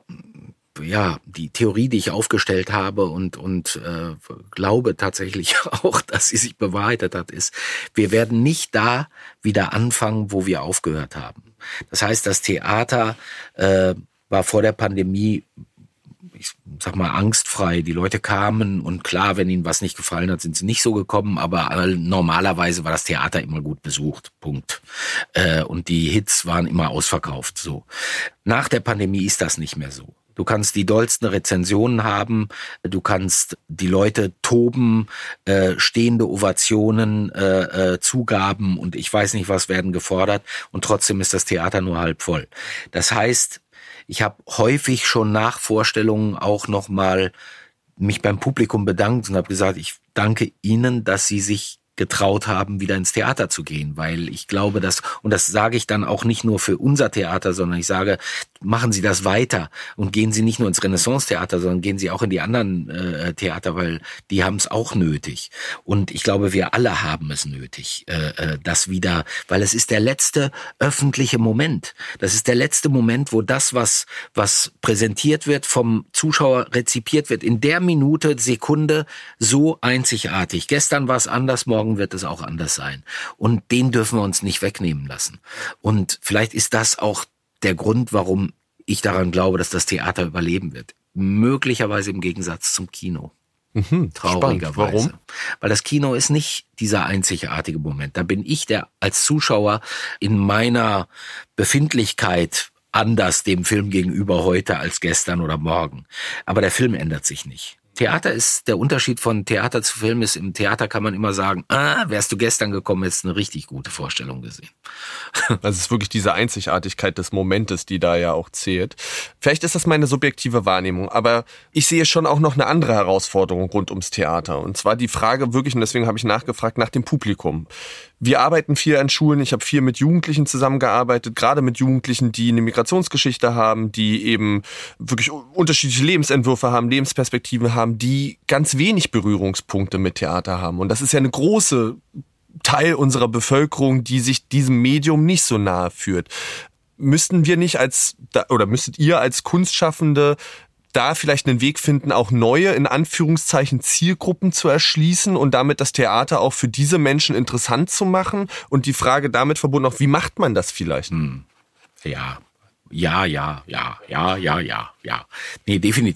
ja, die Theorie, die ich aufgestellt habe und und äh, glaube tatsächlich auch, dass sie sich bewahrheitet hat, ist, wir werden nicht da wieder anfangen, wo wir aufgehört haben. Das heißt, das Theater äh, war vor der Pandemie, ich sag mal, angstfrei. Die Leute kamen und klar, wenn ihnen was nicht gefallen hat, sind sie nicht so gekommen, aber normalerweise war das Theater immer gut besucht. Punkt. Äh, und die Hits waren immer ausverkauft. So. Nach der Pandemie ist das nicht mehr so. Du kannst die dollsten Rezensionen haben, du kannst die Leute toben, äh, stehende Ovationen, äh, äh, Zugaben und ich weiß nicht was werden gefordert und trotzdem ist das Theater nur halb voll. Das heißt, ich habe häufig schon nach Vorstellungen auch nochmal mich beim Publikum bedankt und habe gesagt, ich danke Ihnen, dass Sie sich getraut haben, wieder ins Theater zu gehen, weil ich glaube, dass, und das sage ich dann auch nicht nur für unser Theater, sondern ich sage, machen Sie das weiter und gehen Sie nicht nur ins Renaissance-Theater, sondern gehen Sie auch in die anderen äh, Theater, weil die haben es auch nötig. Und ich glaube, wir alle haben es nötig, äh, das wieder, weil es ist der letzte öffentliche Moment. Das ist der letzte Moment, wo das, was was präsentiert wird, vom Zuschauer rezipiert wird, in der Minute, Sekunde so einzigartig. Gestern war es anders, morgen wird es auch anders sein. Und den dürfen wir uns nicht wegnehmen lassen. Und vielleicht ist das auch der Grund, warum ich daran glaube, dass das Theater überleben wird. Möglicherweise im Gegensatz zum Kino. Mhm, Traurigerweise. Spannend. Warum? Weil das Kino ist nicht dieser einzigartige Moment. Da bin ich der als Zuschauer in meiner Befindlichkeit anders dem Film gegenüber heute als gestern oder morgen. Aber der Film ändert sich nicht. Theater ist, der Unterschied von Theater zu Film ist, im Theater kann man immer sagen, ah, wärst du gestern gekommen, hättest du eine richtig gute Vorstellung gesehen. Also es ist wirklich diese Einzigartigkeit des Momentes, die da ja auch zählt. Vielleicht ist das meine subjektive Wahrnehmung, aber ich sehe schon auch noch eine andere Herausforderung rund ums Theater. Und zwar die Frage wirklich, und deswegen habe ich nachgefragt, nach dem Publikum. Wir arbeiten viel an Schulen, ich habe viel mit Jugendlichen zusammengearbeitet, gerade mit Jugendlichen, die eine Migrationsgeschichte haben, die eben wirklich unterschiedliche Lebensentwürfe haben, Lebensperspektiven haben, die ganz wenig Berührungspunkte mit Theater haben. Und das ist ja eine große Teil unserer Bevölkerung, die sich diesem Medium nicht so nahe führt. Müssten wir nicht als, oder müsstet ihr als Kunstschaffende da vielleicht einen Weg finden, auch neue, in Anführungszeichen, Zielgruppen zu erschließen und damit das Theater auch für diese Menschen interessant zu machen? Und die Frage damit verbunden auch, wie macht man das vielleicht? Hm. Ja, ja, ja, ja, ja, ja, ja, ja. Nee, definitiv.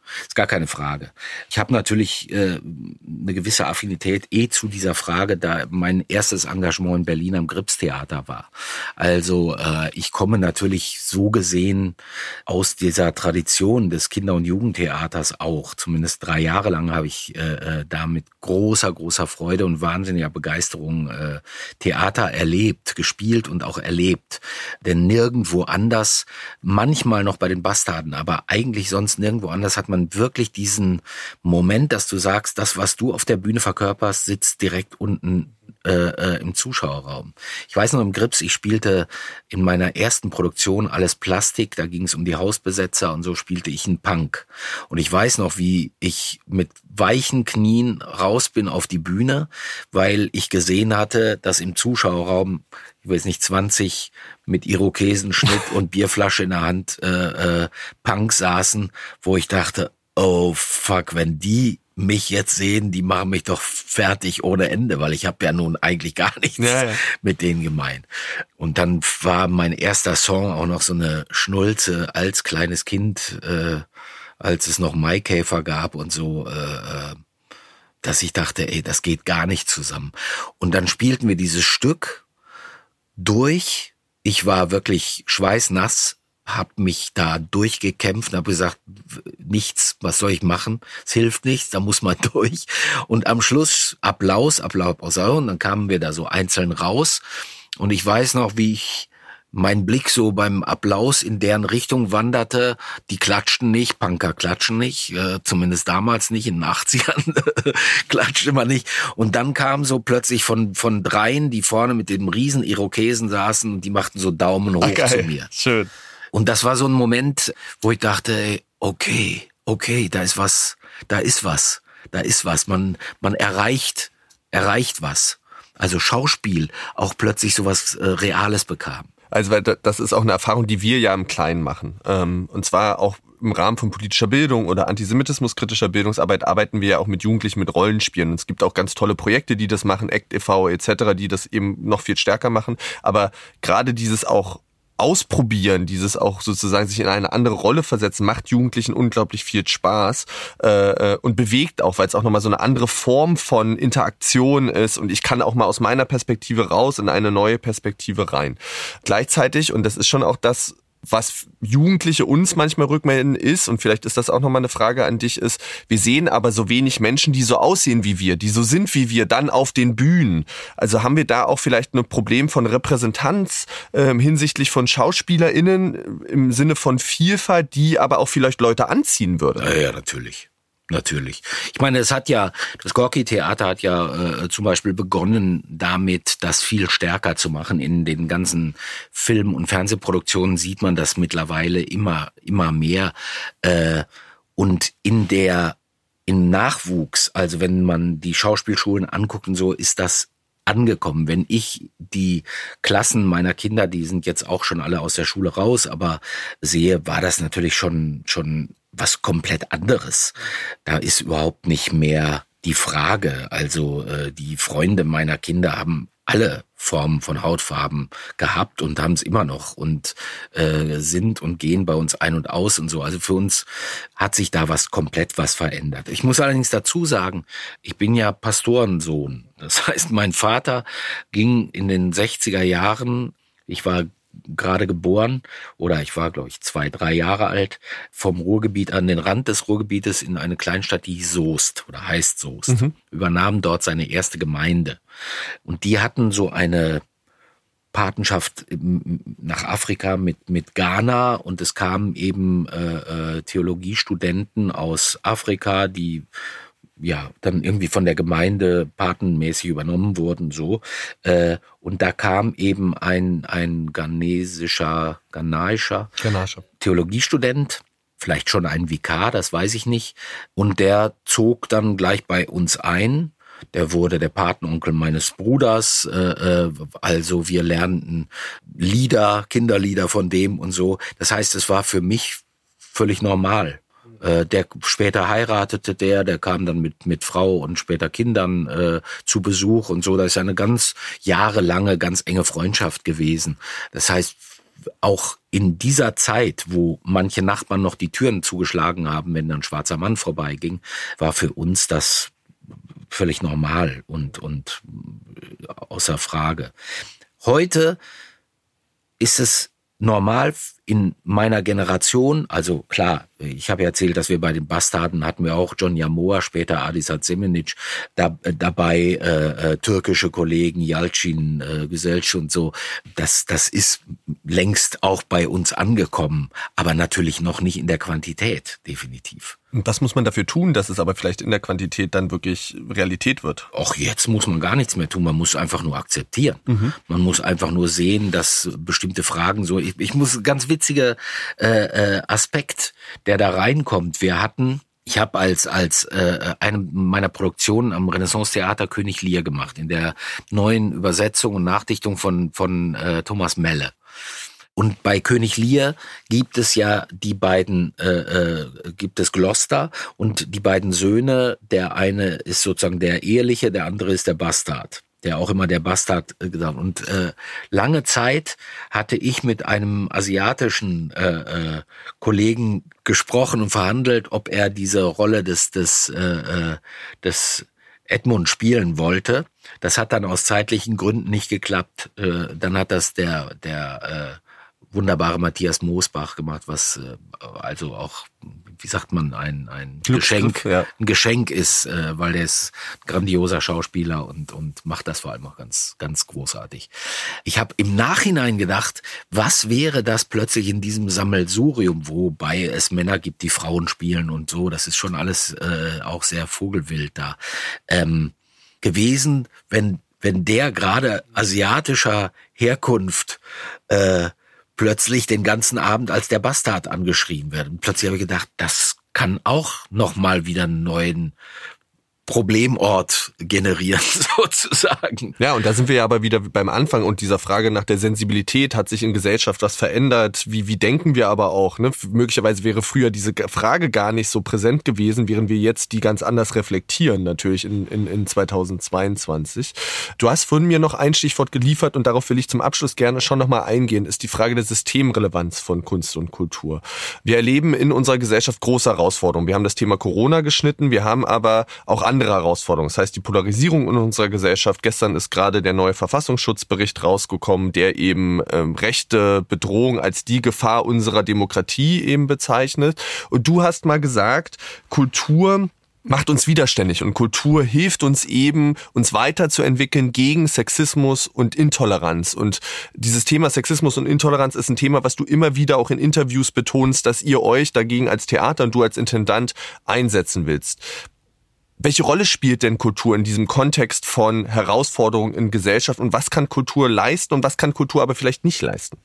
Ist gar keine Frage. Ich habe natürlich äh, eine gewisse Affinität eh zu dieser Frage, da mein erstes Engagement in Berlin am Gripstheater war. Also äh, ich komme natürlich so gesehen aus dieser Tradition des Kinder- und Jugendtheaters auch. Zumindest drei Jahre lang habe ich äh, da mit großer, großer Freude und wahnsinniger Begeisterung äh, Theater erlebt, gespielt und auch erlebt. Denn nirgendwo anders, manchmal noch bei den Bastarden, aber eigentlich sonst nirgendwo anders hat man wirklich diesen Moment, dass du sagst, das, was du auf der Bühne verkörperst, sitzt direkt unten äh, äh, im Zuschauerraum. Ich weiß noch im Grips, ich spielte in meiner ersten Produktion Alles Plastik, da ging es um die Hausbesetzer und so spielte ich einen Punk. Und ich weiß noch, wie ich mit weichen Knien raus bin auf die Bühne, weil ich gesehen hatte, dass im Zuschauerraum, ich weiß nicht, zwanzig mit Irokesenschnitt und Bierflasche in der Hand äh, äh, Punk saßen, wo ich dachte, oh fuck, wenn die mich jetzt sehen, die machen mich doch fertig ohne Ende, weil ich habe ja nun eigentlich gar nichts ja, ja. mit denen gemein. Und dann war mein erster Song auch noch so eine Schnulze als kleines Kind, äh, als es noch Maikäfer gab und so, äh, dass ich dachte, ey, das geht gar nicht zusammen. Und dann spielten wir dieses Stück durch. Ich war wirklich schweißnass, habe mich da durchgekämpft und habe gesagt, nichts, was soll ich machen? Es hilft nichts, da muss man durch. Und am Schluss Applaus, Applaus, und dann kamen wir da so einzeln raus. Und ich weiß noch, wie ich mein Blick so beim Applaus in deren Richtung wanderte. Die klatschten nicht, Punker klatschen nicht, äh, zumindest damals nicht, in den achtzigern klatschte man nicht. Und dann kam so plötzlich von von dreien, die vorne mit dem riesen Irokesen saßen, und die machten so Daumen hoch Ach, geil. zu mir. Schön. Und das war so ein Moment, wo ich dachte, ey, okay, okay, da ist was, da ist was, da ist was. Man man erreicht, erreicht was. Also Schauspiel auch plötzlich sowas äh, Reales bekam. Also weil das ist auch eine Erfahrung, die wir ja im Kleinen machen. Und zwar auch im Rahmen von politischer Bildung oder antisemitismuskritischer Bildungsarbeit arbeiten wir ja auch mit Jugendlichen mit Rollenspielen. Und es gibt auch ganz tolle Projekte, die das machen, ACT e V et cetera, die das eben noch viel stärker machen. Aber gerade dieses auch Ausprobieren, dieses auch sozusagen sich in eine andere Rolle versetzen, macht Jugendlichen unglaublich viel Spaß äh, und bewegt auch, weil es auch nochmal so eine andere Form von Interaktion ist, und ich kann auch mal aus meiner Perspektive raus in eine neue Perspektive rein. Gleichzeitig, und das ist schon auch das, was Jugendliche uns manchmal rückmelden ist, und vielleicht ist das auch nochmal eine Frage an dich, ist, wir sehen aber so wenig Menschen, die so aussehen wie wir, die so sind wie wir, dann auf den Bühnen. Also haben wir da auch vielleicht ein Problem von Repräsentanz äh, hinsichtlich von SchauspielerInnen im Sinne von Vielfalt, die aber auch vielleicht Leute anziehen würde? Ja, ja, natürlich. Natürlich. Ich meine, es hat ja, das Gorki-Theater hat ja äh, zum Beispiel begonnen damit, das viel stärker zu machen. In den ganzen Film- und Fernsehproduktionen sieht man das mittlerweile immer, immer mehr. Äh, und in der, im Nachwuchs, also wenn man die Schauspielschulen anguckt und so, ist das angekommen. Wenn ich die Klassen meiner Kinder, die sind jetzt auch schon alle aus der Schule raus, aber sehe, war das natürlich schon, schon was komplett anderes. Da ist überhaupt nicht mehr die Frage. Also äh, die Freunde meiner Kinder haben alle Formen von Hautfarben gehabt und haben es immer noch und äh, sind und gehen bei uns ein und aus und so. Also für uns hat sich da was komplett was verändert. Ich muss allerdings dazu sagen, ich bin ja Pastorensohn. Das heißt, mein Vater ging in den sechziger Jahren, ich war gerade geboren, oder ich war, glaube ich, zwei, drei Jahre alt, vom Ruhrgebiet an den Rand des Ruhrgebietes in eine Kleinstadt, die hieß Soest oder heißt Soest, mhm. übernahm dort seine erste Gemeinde. Und die hatten so eine Patenschaft nach Afrika mit mit Ghana, und es kamen eben äh, Theologiestudenten aus Afrika, die ja dann irgendwie von der Gemeinde patenmäßig übernommen wurden, so. Äh, und da kam eben ein ein ghanesischer, ghanaischer Theologiestudent, vielleicht schon ein Vikar, das weiß ich nicht. Und der zog dann gleich bei uns ein. Der wurde der Patenonkel meines Bruders. Äh, also wir lernten Lieder, Kinderlieder von dem und so. Das heißt, es war für mich völlig normal. Der später heiratete, der, der kam dann mit mit Frau und später Kindern äh, zu Besuch und so. Das ist eine ganz jahrelange, ganz enge Freundschaft gewesen. Das heißt, auch in dieser Zeit, wo manche Nachbarn noch die Türen zugeschlagen haben, wenn ein schwarzer Mann vorbeiging, war für uns das völlig normal und, und außer Frage. Heute ist es normal in meiner Generation, also klar, ich habe ja erzählt, dass wir bei den Bastarden hatten wir auch John Yamoa, später Adisat Semenic, da, äh, dabei äh, äh, türkische Kollegen, Yalcin, äh, Güzelci und so. Das, das ist längst auch bei uns angekommen, aber natürlich noch nicht in der Quantität, definitiv. Und was muss man dafür tun, dass es aber vielleicht in der Quantität dann wirklich Realität wird? Auch jetzt muss man gar nichts mehr tun, man muss einfach nur akzeptieren. Mhm. Man muss einfach nur sehen, dass bestimmte Fragen so, ich, ich muss ganz witziger äh, äh, Aspekt, der da reinkommt. Wir hatten, ich habe als als äh, eine meiner Produktionen am Renaissance-Theater König Lear gemacht, in der neuen Übersetzung und Nachdichtung von von äh, Thomas Melle. Und bei König Lear gibt es ja die beiden, äh, äh, gibt es Gloucester und die beiden Söhne. Der eine ist sozusagen der Eheliche, der andere ist der Bastard, der auch immer der Bastard gesagt. Und äh, lange Zeit hatte ich mit einem asiatischen äh, äh, Kollegen gesprochen und verhandelt, ob er diese Rolle des des äh, des Edmund spielen wollte. Das hat dann aus zeitlichen Gründen nicht geklappt. Äh, dann hat das der der äh, wunderbare Matthias Moosbach gemacht, was äh, also auch, wie sagt man, ein ein Geschenk, ja. ein Geschenk ist, äh, weil der ist ein grandioser Schauspieler und und macht das vor allem auch ganz ganz großartig. Ich habe im Nachhinein gedacht, was wäre das plötzlich in diesem Sammelsurium, wobei es Männer gibt, die Frauen spielen und so, das ist schon alles äh, auch sehr vogelwild da ähm, gewesen, wenn wenn der gerade asiatischer Herkunft äh, plötzlich den ganzen Abend als der Bastard angeschrien wird. Und plötzlich habe ich gedacht, das kann auch nochmal wieder einen neuen Problemort generieren, sozusagen. Ja, und da sind wir ja aber wieder beim Anfang und dieser Frage nach der Sensibilität, hat sich in Gesellschaft was verändert, wie wie denken wir aber auch, ne? Möglicherweise wäre früher diese Frage gar nicht so präsent gewesen, während wir jetzt die ganz anders reflektieren, natürlich in, in, in zweitausendzweiundzwanzig. Du hast vorhin mir noch ein Stichwort geliefert und darauf will ich zum Abschluss gerne schon nochmal eingehen, ist die Frage der Systemrelevanz von Kunst und Kultur. Wir erleben in unserer Gesellschaft große Herausforderungen. Wir haben das Thema Corona geschnitten, wir haben aber auch andere andere Herausforderung. Das heißt, die Polarisierung in unserer Gesellschaft. Gestern ist gerade der neue Verfassungsschutzbericht rausgekommen, der eben ähm, rechte Bedrohung als die Gefahr unserer Demokratie eben bezeichnet. Und du hast mal gesagt, Kultur macht uns widerständig und Kultur hilft uns eben, uns weiterzuentwickeln gegen Sexismus und Intoleranz. Und dieses Thema Sexismus und Intoleranz ist ein Thema, was du immer wieder auch in Interviews betonst, dass ihr euch dagegen als Theater und du als Intendant einsetzen willst. Welche Rolle spielt denn Kultur in diesem Kontext von Herausforderungen in Gesellschaft und was kann Kultur leisten und was kann Kultur aber vielleicht nicht leisten?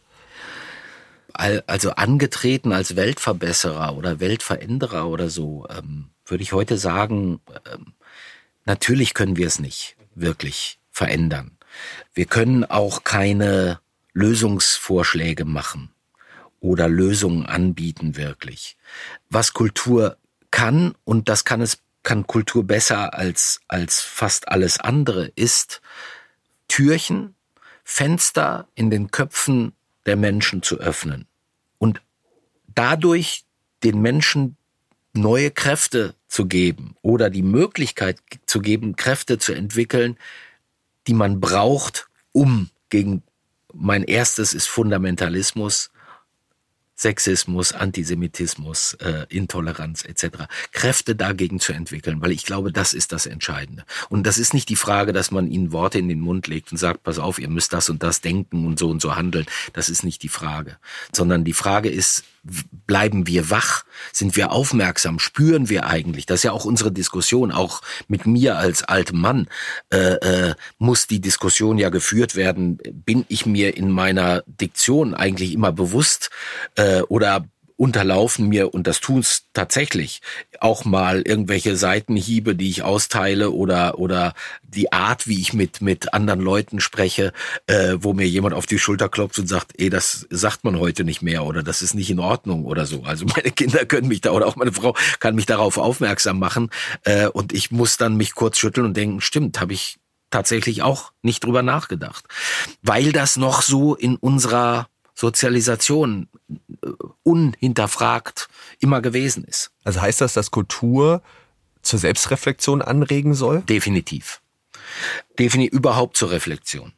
Also angetreten als Weltverbesserer oder Weltveränderer oder so, ähm, würde ich heute sagen, ähm, natürlich können wir es nicht wirklich verändern. Wir können auch keine Lösungsvorschläge machen oder Lösungen anbieten wirklich. Was Kultur kann, und das kann es kann Kultur besser als als fast alles andere, ist Türchen, Fenster in den Köpfen der Menschen zu öffnen und dadurch den Menschen neue Kräfte zu geben oder die Möglichkeit zu geben, Kräfte zu entwickeln, die man braucht, um gegen, mein erstes ist Fundamentalismus, Sexismus, Antisemitismus, äh, Intoleranz et cetera. Kräfte dagegen zu entwickeln, weil ich glaube, das ist das Entscheidende. Und das ist nicht die Frage, dass man ihnen Worte in den Mund legt und sagt, pass auf, ihr müsst das und das denken und so und so handeln. Das ist nicht die Frage. Sondern die Frage ist, bleiben wir wach? Sind wir aufmerksam? Spüren wir eigentlich? Das ist ja auch unsere Diskussion, auch mit mir als altem Mann, äh, äh, muss die Diskussion ja geführt werden. Bin ich mir in meiner Diktion eigentlich immer bewusst äh, oder unterlaufen mir, und das tun's tatsächlich, auch mal irgendwelche Seitenhiebe, die ich austeile oder oder die Art, wie ich mit mit anderen Leuten spreche, äh, wo mir jemand auf die Schulter klopft und sagt, ey, das sagt man heute nicht mehr oder das ist nicht in Ordnung oder so. Also meine Kinder können mich da oder auch meine Frau kann mich darauf aufmerksam machen äh, und ich muss dann mich kurz schütteln und denken, stimmt, habe ich tatsächlich auch nicht drüber nachgedacht, weil das noch so in unserer Sozialisation äh, unhinterfragt immer gewesen ist. Also heißt das, dass Kultur zur Selbstreflexion anregen soll? Definitiv. Definitiv überhaupt zur Reflexion.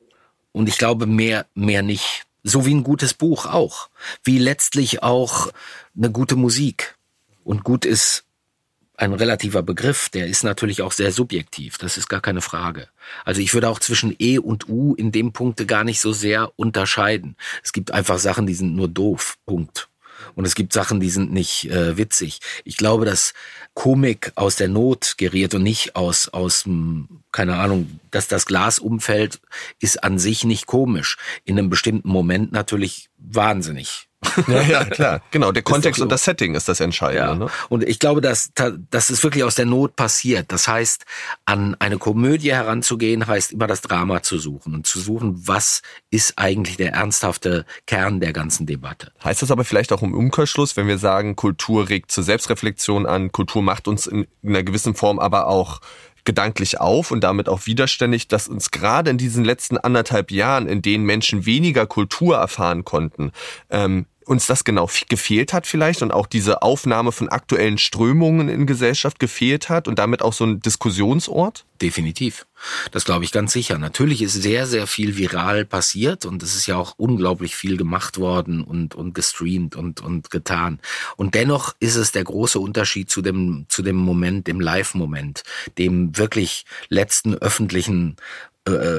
Und ich glaube, mehr, mehr nicht. So wie ein gutes Buch auch. Wie letztlich auch eine gute Musik. Und gut ist ein relativer Begriff, der ist natürlich auch sehr subjektiv. Das ist gar keine Frage. Also ich würde auch zwischen E und U in dem Punkte gar nicht so sehr unterscheiden. Es gibt einfach Sachen, die sind nur doof. Punkt. Und es gibt Sachen, die sind nicht äh, witzig. Ich glaube, dass Komik aus der Not geriert und nicht aus, aus keine Ahnung, dass das Glas umfällt, ist an sich nicht komisch. In einem bestimmten Moment natürlich wahnsinnig. Ja, ja, klar. Genau, der Kontext so. Und das Setting ist das Entscheidende. Ja. Ne? Und ich glaube, dass, dass es wirklich aus der Not passiert. Das heißt, an eine Komödie heranzugehen, heißt immer das Drama zu suchen und zu suchen, was ist eigentlich der ernsthafte Kern der ganzen Debatte. Heißt das aber vielleicht auch im Umkehrschluss, wenn wir sagen, Kultur regt zur Selbstreflexion an, Kultur macht uns in einer gewissen Form aber auch gedanklich auf und damit auch widerständig, dass uns gerade in diesen letzten anderthalb Jahren, in denen Menschen weniger Kultur erfahren konnten, ähm, uns das genau gefehlt hat vielleicht und auch diese Aufnahme von aktuellen Strömungen in Gesellschaft gefehlt hat und damit auch so ein Diskussionsort? Definitiv. Das glaube ich ganz sicher. Natürlich ist sehr, sehr viel viral passiert und es ist ja auch unglaublich viel gemacht worden und, und gestreamt und, und getan. Und dennoch ist es der große Unterschied zu dem, zu dem Moment, dem Live-Moment, dem wirklich letzten öffentlichen äh,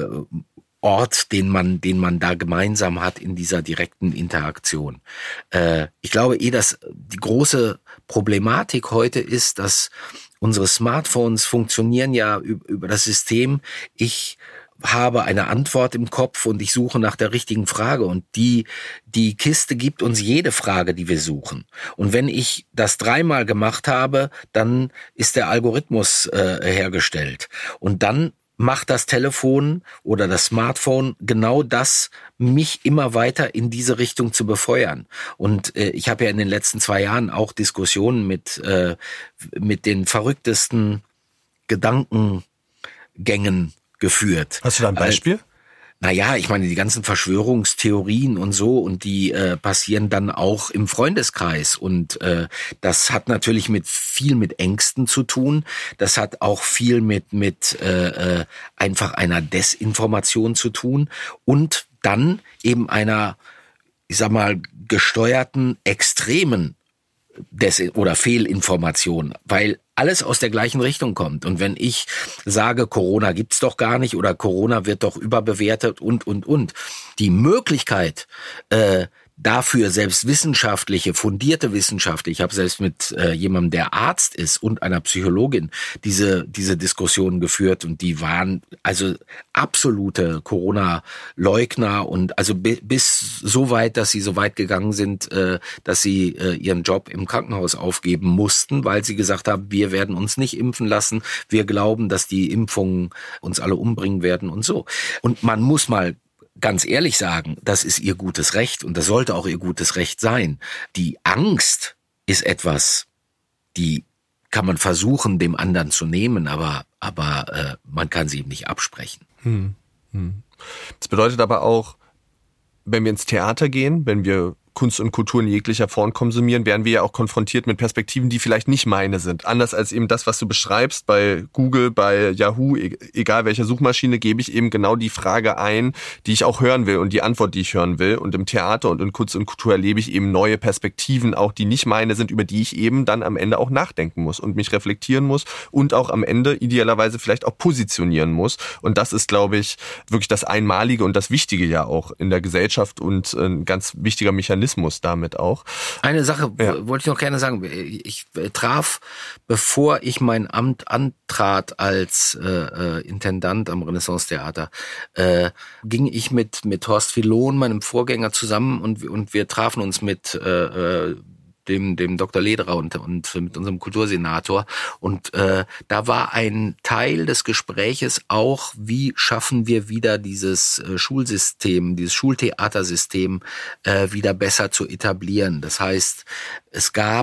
Ort, den man, den man da gemeinsam hat in dieser direkten Interaktion. Äh, ich glaube eh, dass die große Problematik heute ist, dass unsere Smartphones funktionieren ja über das System. Ich habe eine Antwort im Kopf und ich suche nach der richtigen Frage und die, die Kiste gibt uns jede Frage, die wir suchen. Und wenn ich das dreimal gemacht habe, dann ist der Algorithmus äh, hergestellt. Und dann macht das Telefon oder das Smartphone genau das, mich immer weiter in diese Richtung zu befeuern. Und äh, ich habe ja in den letzten zwei Jahren auch Diskussionen mit äh, mit den verrücktesten Gedankengängen geführt. Hast du da ein Beispiel? Äh, Naja, ich meine, die ganzen Verschwörungstheorien und so, und die äh, passieren dann auch im Freundeskreis. Und äh, das hat natürlich mit viel mit Ängsten zu tun. Das hat auch viel mit mit äh, äh, einfach einer Desinformation zu tun. Und dann eben einer, ich sag mal, gesteuerten, extremen Des- oder Fehlinformation, weil alles aus der gleichen Richtung kommt. Und wenn ich sage, Corona gibt's doch gar nicht oder Corona wird doch überbewertet und, und, und. Die Möglichkeit, äh, dafür selbst wissenschaftliche, fundierte Wissenschaftler, ich habe selbst mit äh, jemandem, der Arzt ist und einer Psychologin diese diese Diskussionen geführt und die waren also absolute Corona-Leugner und also bi- bis so weit, dass sie so weit gegangen sind, äh, dass sie äh, ihren Job im Krankenhaus aufgeben mussten, weil sie gesagt haben, wir werden uns nicht impfen lassen, wir glauben, dass die Impfungen uns alle umbringen werden und so. Und man muss mal ganz ehrlich sagen, das ist ihr gutes Recht und das sollte auch ihr gutes Recht sein. Die Angst ist etwas, die kann man versuchen, dem anderen zu nehmen, aber aber äh, man kann sie ihm nicht absprechen. Hm. Hm. Das bedeutet aber auch, wenn wir ins Theater gehen, wenn wir Kunst und Kultur in jeglicher Form konsumieren, werden wir ja auch konfrontiert mit Perspektiven, die vielleicht nicht meine sind. Anders als eben das, was du beschreibst bei Google, bei Yahoo, egal welche Suchmaschine, gebe ich eben genau die Frage ein, die ich auch hören will und die Antwort, die ich hören will. Und im Theater und in Kunst und Kultur erlebe ich eben neue Perspektiven, auch die nicht meine sind, über die ich eben dann am Ende auch nachdenken muss und mich reflektieren muss und auch am Ende idealerweise vielleicht auch positionieren muss. Und das ist, glaube ich, wirklich das Einmalige und das Wichtige ja auch in der Gesellschaft und ein ganz wichtiger Mechanismus damit auch. Eine Sache ja. wollte ich noch gerne sagen. Ich traf, bevor ich mein Amt antrat als äh, Intendant am Renaissance-Theater, äh, ging ich mit mit Horst Filon, meinem Vorgänger, zusammen und, und wir trafen uns mit äh, dem dem Doktor Lederer und, und mit unserem Kultursenator. Und äh, da war ein Teil des Gespräches auch, wie schaffen wir wieder dieses äh, Schulsystem, dieses Schultheatersystem äh, wieder besser zu etablieren. Das heißt, es gab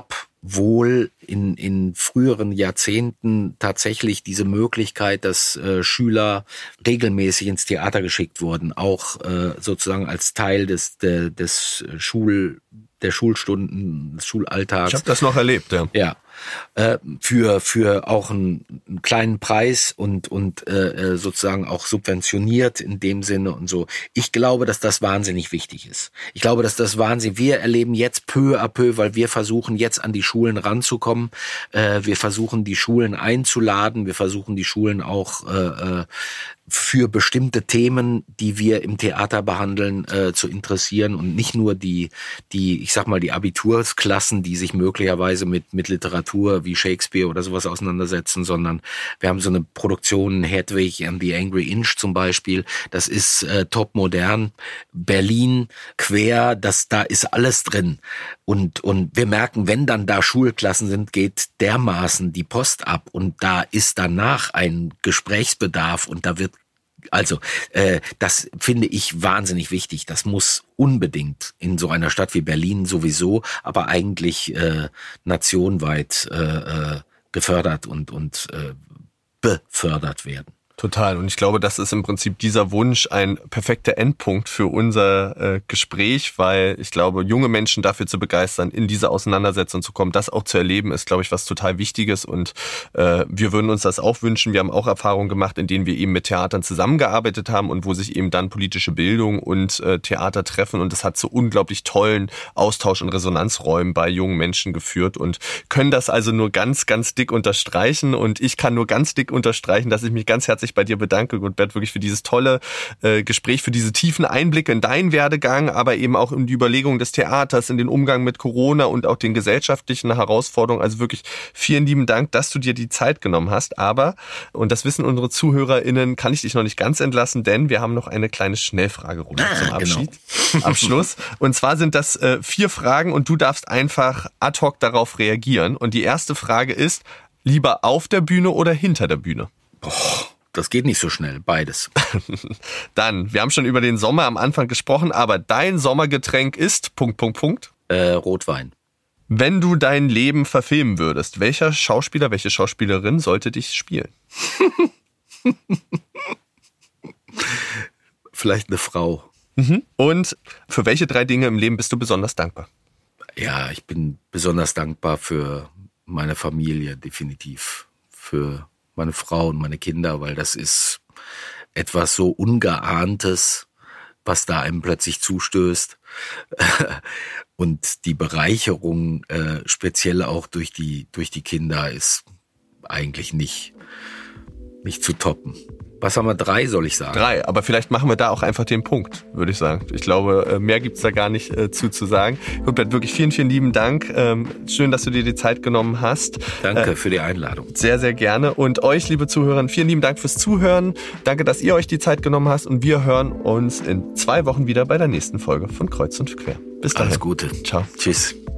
wohl in, in früheren Jahrzehnten tatsächlich diese Möglichkeit, dass äh, Schüler regelmäßig ins Theater geschickt wurden, auch äh, sozusagen als Teil des, de, des Schul, der Schulstunden, des Schulalltags. Ich habe das noch erlebt, ja. Ja. Äh, für für auch einen, einen kleinen Preis und und äh, sozusagen auch subventioniert in dem Sinne und so. Ich glaube, dass das wahnsinnig wichtig ist. Ich glaube, dass das wahnsinnig. Wir erleben jetzt peu à peu, weil wir versuchen jetzt an die Schulen ranzukommen. Äh, wir versuchen die Schulen einzuladen. Wir versuchen die Schulen auch äh, für bestimmte Themen, die wir im Theater behandeln, äh, zu interessieren und nicht nur die die ich sag mal die Abitursklassen, die sich möglicherweise mit mit Literatur wie Shakespeare oder sowas auseinandersetzen, sondern wir haben so eine Produktion, Hedwig and the Angry Inch zum Beispiel, das ist äh, top modern, Berlin quer, das da ist alles drin und und wir merken, wenn dann da Schulklassen sind, geht dermaßen die Post ab und da ist danach ein Gesprächsbedarf und da wird Also, äh, das finde ich wahnsinnig wichtig. Das muss unbedingt in so einer Stadt wie Berlin sowieso, aber eigentlich äh, nationweit äh, gefördert und und äh, befördert werden. Total. Und ich glaube, das ist im Prinzip dieser Wunsch ein perfekter Endpunkt für unser äh, Gespräch, weil ich glaube, junge Menschen dafür zu begeistern, in diese Auseinandersetzung zu kommen, das auch zu erleben, ist, glaube ich, was total Wichtiges. Und äh, wir würden uns das auch wünschen. Wir haben auch Erfahrungen gemacht, in denen wir eben mit Theatern zusammengearbeitet haben und wo sich eben dann politische Bildung und äh, Theater treffen. Und das hat zu unglaublich tollen Austausch- und Resonanzräumen bei jungen Menschen geführt und können das also nur ganz, ganz dick unterstreichen. Und ich kann nur ganz dick unterstreichen, dass ich mich ganz herzlich bei dir bedanke, Gutbert, wirklich für dieses tolle äh, Gespräch, für diese tiefen Einblicke in deinen Werdegang, aber eben auch in die Überlegung des Theaters, in den Umgang mit Corona und auch den gesellschaftlichen Herausforderungen. Also wirklich vielen lieben Dank, dass du dir die Zeit genommen hast. Aber, und das wissen unsere ZuhörerInnen, kann ich dich noch nicht ganz entlassen, denn wir haben noch eine kleine Schnellfragerunde ah, zum Abschied, genau. Abschluss. Und zwar sind das äh, vier Fragen und du darfst einfach ad hoc darauf reagieren. Und die erste Frage ist, lieber auf der Bühne oder hinter der Bühne? Boah. Das geht nicht so schnell, beides. Dann, wir haben schon über den Sommer am Anfang gesprochen, aber dein Sommergetränk ist... Punkt, Punkt, Punkt. Äh, Rotwein. Wenn du dein Leben verfilmen würdest, welcher Schauspieler, welche Schauspielerin sollte dich spielen? Vielleicht eine Frau. Mhm. Und für welche drei Dinge im Leben bist du besonders dankbar? Ja, ich bin besonders dankbar für meine Familie, definitiv. Für meine Frau und meine Kinder, weil das ist etwas so Ungeahntes, was da einem plötzlich zustößt. Und die Bereicherung, äh, speziell auch durch die, durch die Kinder, ist eigentlich nicht, nicht zu toppen. Was haben wir? Drei, soll ich sagen? Drei, aber vielleicht machen wir da auch einfach den Punkt, würde ich sagen. Ich glaube, mehr gibt's da gar nicht äh, zu, zu sagen. Hubert, wirklich vielen, vielen lieben Dank. Ähm, schön, dass du dir die Zeit genommen hast. Danke äh, für die Einladung. Sehr, sehr gerne. Und euch, liebe Zuhörer, vielen lieben Dank fürs Zuhören. Danke, dass ihr euch die Zeit genommen hast. Und wir hören uns in zwei Wochen wieder bei der nächsten Folge von Kreuz und Quer. Bis dahin. Alles Gute. Ciao. Tschüss.